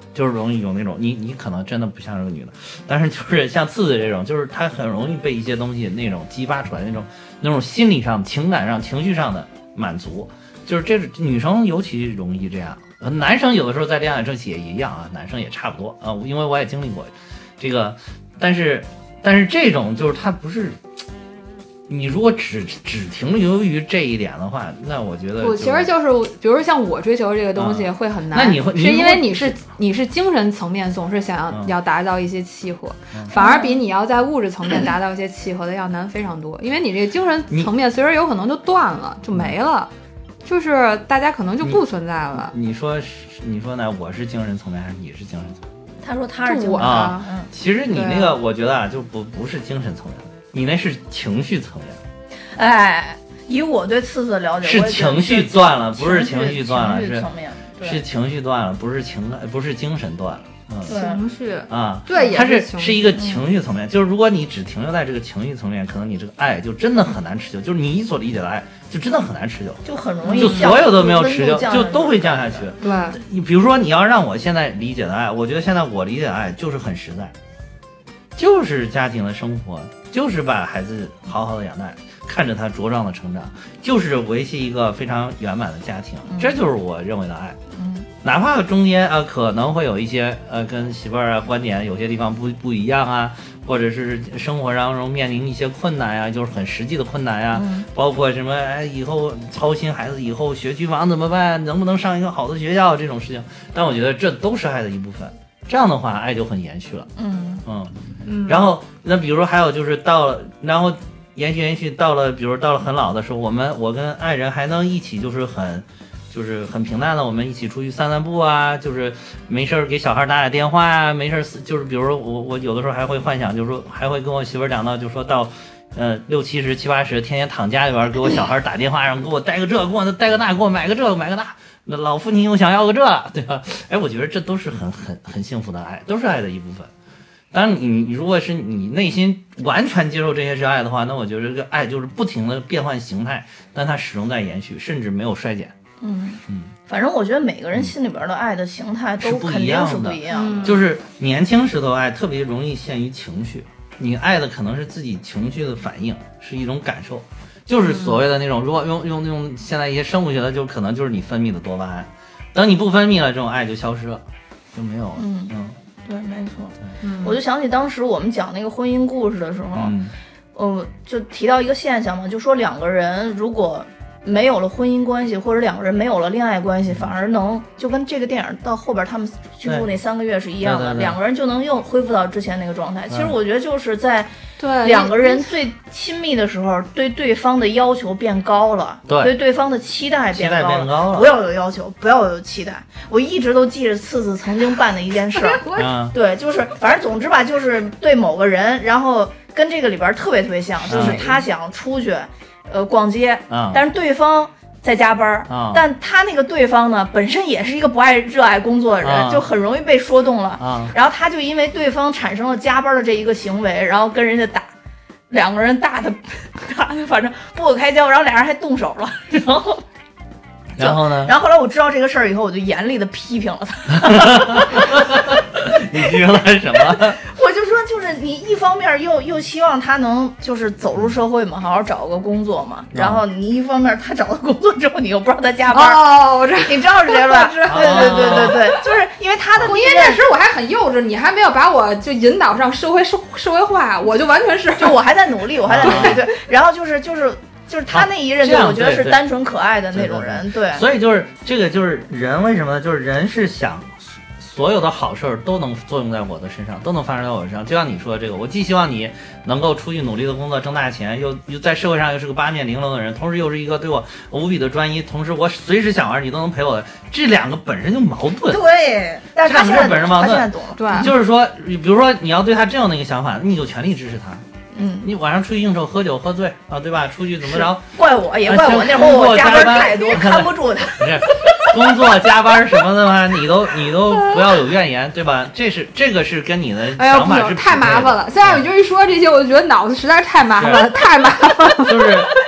就是容易有那种你可能真的不像是个女的，但是就是像次子这种，就是她很容易被一些东西那种激发出来那种心理上、情感上、情绪上的满足，就是这女生尤其容易这样。男生有的时候在恋爱这也一样啊，男生也差不多啊，因为我也经历过这个，但是这种就是他不是。你如果只停留于这一点的话，那我觉得其实就是，比如像我追求这个东西会很难， 那你会是因为你是精神层面总是想要达到一些契合，反而比你要在物质层面达到一些契合的要难非常多，因为你这个精神层面随时有可能就断了，就没了，就是大家可能就不存在了。 你说呢？我是精神层面还是你是精神层面？ 他说他是精神啊，其实你那个我觉得啊，就不是精神层面。你那是情绪层面， 哎，以我对次次的了解， 是情绪断了，不是情绪断了， 是情绪断了，不是情感，不是精神断了， 情绪啊， 对， 它是一个情绪层面，就是如果你只停留在这个情绪层面，可能你这个爱就真的很难持久，就是你所理解的爱，就真的很难持久， 就很容易， 就所有都没有持久，就都会降下去。 对， 你比如说你要让我现在理解的爱，我觉得现在我理解的爱就是很实在，就是家庭的生活。就是把孩子好好的养大，看着他茁壮的成长，就是维系一个非常圆满的家庭，这就是我认为的爱。哪怕中间可能会有一些跟媳妇儿啊观点有些地方不一样啊，或者是生活当中面临一些困难呀，就是很实际的困难呀，包括什么以后操心孩子以后学区房怎么办，能不能上一个好的学校这种事情，但我觉得这都是爱的一部分。这样的话，爱就很延续了。然后那比如说还有就是到了，然后延续到了，比如到了很老的时候，我跟爱人还能一起就是很平淡的，我们一起出去散步啊，就是没事给小孩打电话啊，没事就是比如说我有的时候还会幻想，就是说还会跟我媳妇讲到，就是说到60、70、70、80，天天躺家里边给我小孩打电话，然后给我带个这，给我带个那，给我买个这买个那。那老父亲又想要个这，对吧？哎，我觉得这都是很幸福的爱，都是爱的一部分。当然你如果是你内心完全接受这些是爱的话，那我觉得这个爱就是不停的变换形态，但它始终在延续，甚至没有衰减。 反正我觉得每个人心里边的爱的形态都肯定是不一样的。 就是年轻时候爱特别容易陷于情绪，你爱的可能是自己情绪的反应，是一种感受。就是所谓的那种，如果用现在一些生物学的，就可能就是你分泌的多巴胺，等你不分泌了，这种爱就消失了，就没有了。 对，没错。我就想起当时我们讲那个婚姻故事的时候，就提到一个现象嘛，就说两个人如果没有了婚姻关系，或者两个人没有了恋爱关系，反而能就跟这个电影到后边他们居住那3个月是一样的，两个人就能又恢复到之前那个状态。其实我觉得就是在两个人最亲密的时候，对对方的要求变高了，对对方的期待变高了。不要有要求，不要有期待。我一直都记着次次曾经办的一件事对，就是反正总之吧，就是对某个人，然后跟这个里边特别像，就是他想出去逛街，但是对方在加班，但他那个对方呢本身也是一个不热爱工作的人，就很容易被说动了，然后他就因为对方产生了加班的这一个行为，然后跟人家两个人打的反正不可开交，然后俩人还动手了， 然后呢？ 然后后来我知道这个事儿以后，我就严厉的批评了他。 你批评了什么？ 我就说，就是你一方面又希望他能就是走入社会嘛，好好找个工作嘛。然后你一方面他找到工作之后，你又不让他加班。你知道是谁吧？对，就是因为他的因为那时我还很幼稚，你还没有把我就引导上社会化，我就完全是， 就我还在努力，对。然后就是他那一任，就我觉得是单纯可爱的那种人，对。 所以就是这个就是人为什么呢？就是人是想所有的好事儿都能作用在我的身上，都能发生在我身上。就像你说的这个，我既希望你能够出去努力的工作挣大钱，又在社会上又是个八面玲珑的人，同时又是一个对我无比的专一，同时我随时想玩你都能陪我的，这两个本身就矛盾。 对，但是他现在本身矛盾， 对， 就是说，比如说你要对他这样的一个想法，你有权利支持他。你晚上出去应酬喝酒喝醉啊，对吧？出去怎么着？ 怪我也怪我那会儿我加班太多，看不住他。 不是工作加班什么的话，你都不要有怨言，对吧？这个是跟你的想法是太麻烦了。现在我就一说这些，我就觉得脑子实在是太麻烦了，太麻烦了。 就是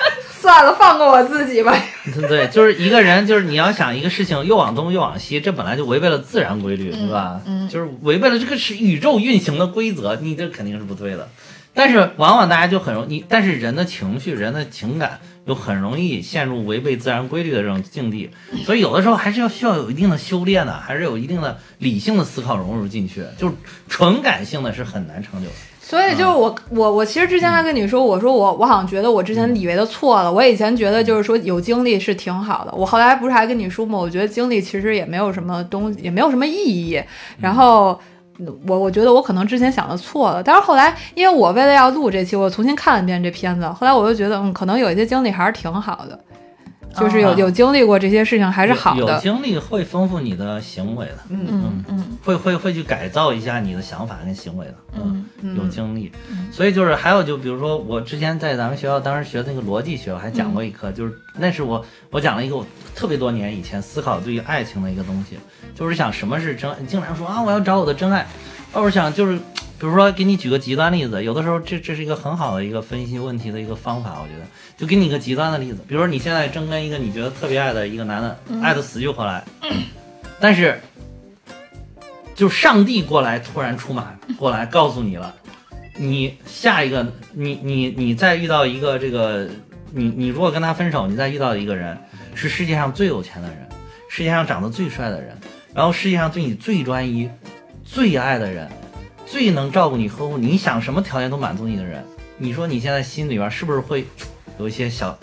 算了，放过我自己吧。 对，就是一个人，就是你要想一个事情又往东又往西，这本来就违背了自然规律，对吧？就是违背了这个是宇宙运行的规则，你这肯定是不对的。但是往往大家就很容易，但是人的情绪、人的情感又很容易陷入违背自然规律的这种境地，所以有的时候还是需要有一定的修炼的，还是有一定的理性的思考融入进去，就是纯感性的是很难成就的。 所以就是我其实之前还跟你说，我说我好像觉得我之前以为的错了，我以前觉得就是说有经历是挺好的，我后来不是还跟你说吗？我觉得经历其实也没有什么东西，也没有什么意义，然后。我觉得我可能之前想的错了，但是后来因为我为了要录这期，我重新看了一遍这片子，后来我就觉得可能有一些经历还是挺好的，就是有经历过这些事情还是好的。 有经历会丰富你的行为的，会去改造一下你的想法跟行为的，有经历。所以就是还有就比如说我之前在咱们学校当时学那个逻辑学，我还讲过一课，就是那是我讲了一个我特别多年以前思考对于爱情的一个东西，就是想什么是真爱。经常说啊我要找我的真爱，我想就是比如说给你举个极端例子，有的时候这是一个很好的一个分析问题的一个方法，我觉得就给你一个极端的例子，比如说你现在正跟一个你觉得特别爱的一个男的爱的死去活来，但是就上帝过来突然出马过来告诉你了，你下一个你再遇到一个这个你如果跟他分手，你再遇到一个人是世界上最有钱的人，世界上长得最帅的人，然后世界上对你最专一最爱的人，最能照顾你呵护你想什么条件都满足你的人，你说你现在心里边是不是会有一些小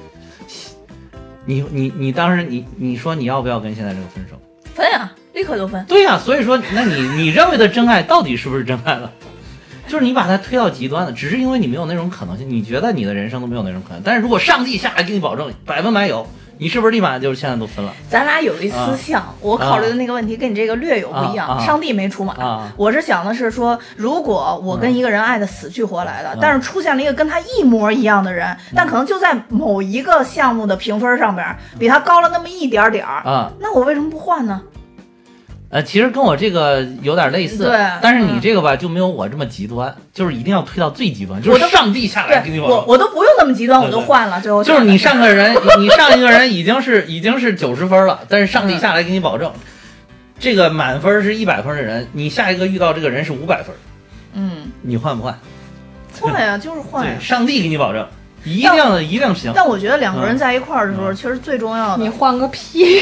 你当时你说你要不要跟现在这个分手？ 分呀，立刻就分。 对呀，所以说那你认为的真爱到底是不是真爱了？就是你把它推到极端了，只是因为你没有那种可能性，你觉得你的人生都没有那种可能，但是如果上帝下来给你保证100%有，你是不是立马就是现在都分了？ 咱俩有一思想，我考虑的那个问题跟你这个略有不一样。上帝没出马，我是想的是说，如果我跟一个人爱的死去活来的，但是出现了一个跟他一模一样的人，但可能就在某一个项目的评分上边比他高了那么一点点那我为什么不换呢？ 其实跟我这个有点类似， 对， 但是你这个吧就没有我这么极端，就是一定要推到最极端，就是上帝下来给你保， 我都不用那么极端，我都换了，最后就是你上一个人已经是90分了，但是上帝下来给你保证，这个满分是100分的人，你下一个遇到这个人是500分，你换不换？ 换呀，就是换呀， 上帝给你保证。一定行。 但我觉得两个人在一块儿的时候，其实最重要的。 你换个屁！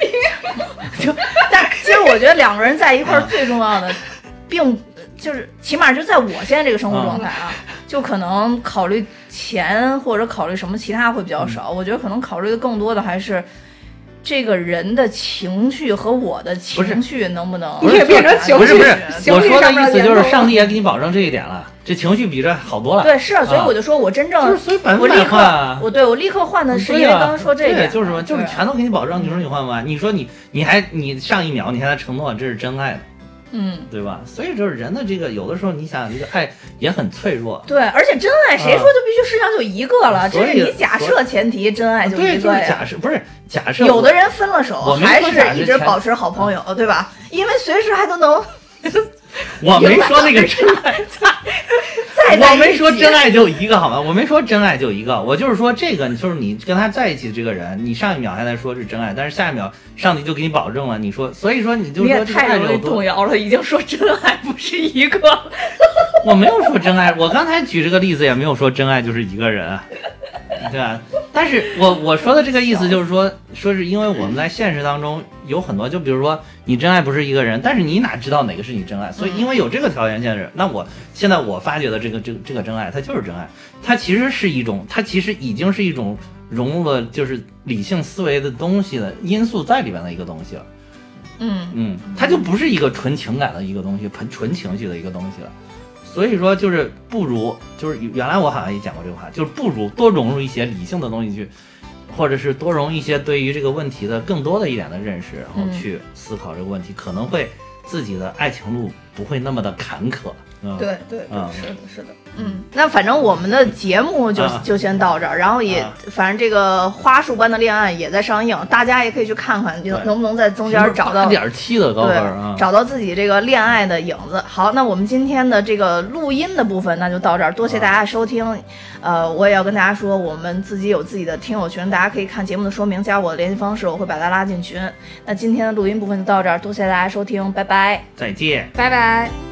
但其实我觉得两个人在一块儿最重要的，并就是起码就在我现在这个生活状态就可能考虑钱或者考虑什么其他会比较少。我觉得可能考虑的更多的还是这个人的情绪和我的情绪能不能变成情绪？ 不是，我说的意思就是上帝也给你保证这一点了。这情绪比这好多了。 对，是啊，所以我就说我真正，我立刻，我立刻换的是因为刚刚说这个， 就是说，就是全都给你保证，你说你换不换？你说你上一秒你还在承诺这是真爱的，对吧？所以就是人的这个有的时候，你想这个爱也很脆弱。 对，而且真爱谁说就必须世界上就一个了？这是你假设前提，真爱就一个呀。 对，就是假设，不是假设。 有的人分了手还是一直保持好朋友，对吧？因为随时还都能。 我没说那个真爱，我没说真爱就一个好吗？我没说真爱就一个，我就是说这个，就是你跟他在一起的这个人，你上一秒还在说是真爱，但是下一秒上帝就给你保证了，你说，所以说你就说这个爱有多，你也太容易动摇了，已经说真爱不是一个。 我没有说真爱，我刚才举这个例子也没有说真爱就是一个人，对吧？但是我说的这个意思就是说是因为我们在现实当中有很多，就比如说你真爱不是一个人，但是你哪知道哪个是你真爱？所以因为有这个条件限制，那我现在我发觉的这个真爱，它就是真爱，它其实已经是一种融入了就是理性思维的东西的因素在里边的一个东西了。它就不是一个纯情感的一个东西，纯情绪的一个东西了。所以说就是不如，就是原来我好像也讲过这个话，就是不如多融入一些理性的东西去，或者是多融一些对于这个问题的更多的一点的认识，然后去思考这个问题，可能会自己的爱情路不会那么的坎坷。 对，是的。那反正我们的节目就先到这儿，然后也反正这个花束般的恋爱也在上映，大家也可以去看看，能不能在中间找到 8.7的高分啊， 找到自己这个恋爱的影子。好，那我们今天的这个录音的部分那就到这儿，多谢大家收听。我也要跟大家说，我们自己有自己的听友群，大家可以看节目的说明，加我的联系方式，我会把他拉进群。那今天的录音部分就到这儿，多谢大家收听，拜拜， 再见， 拜拜。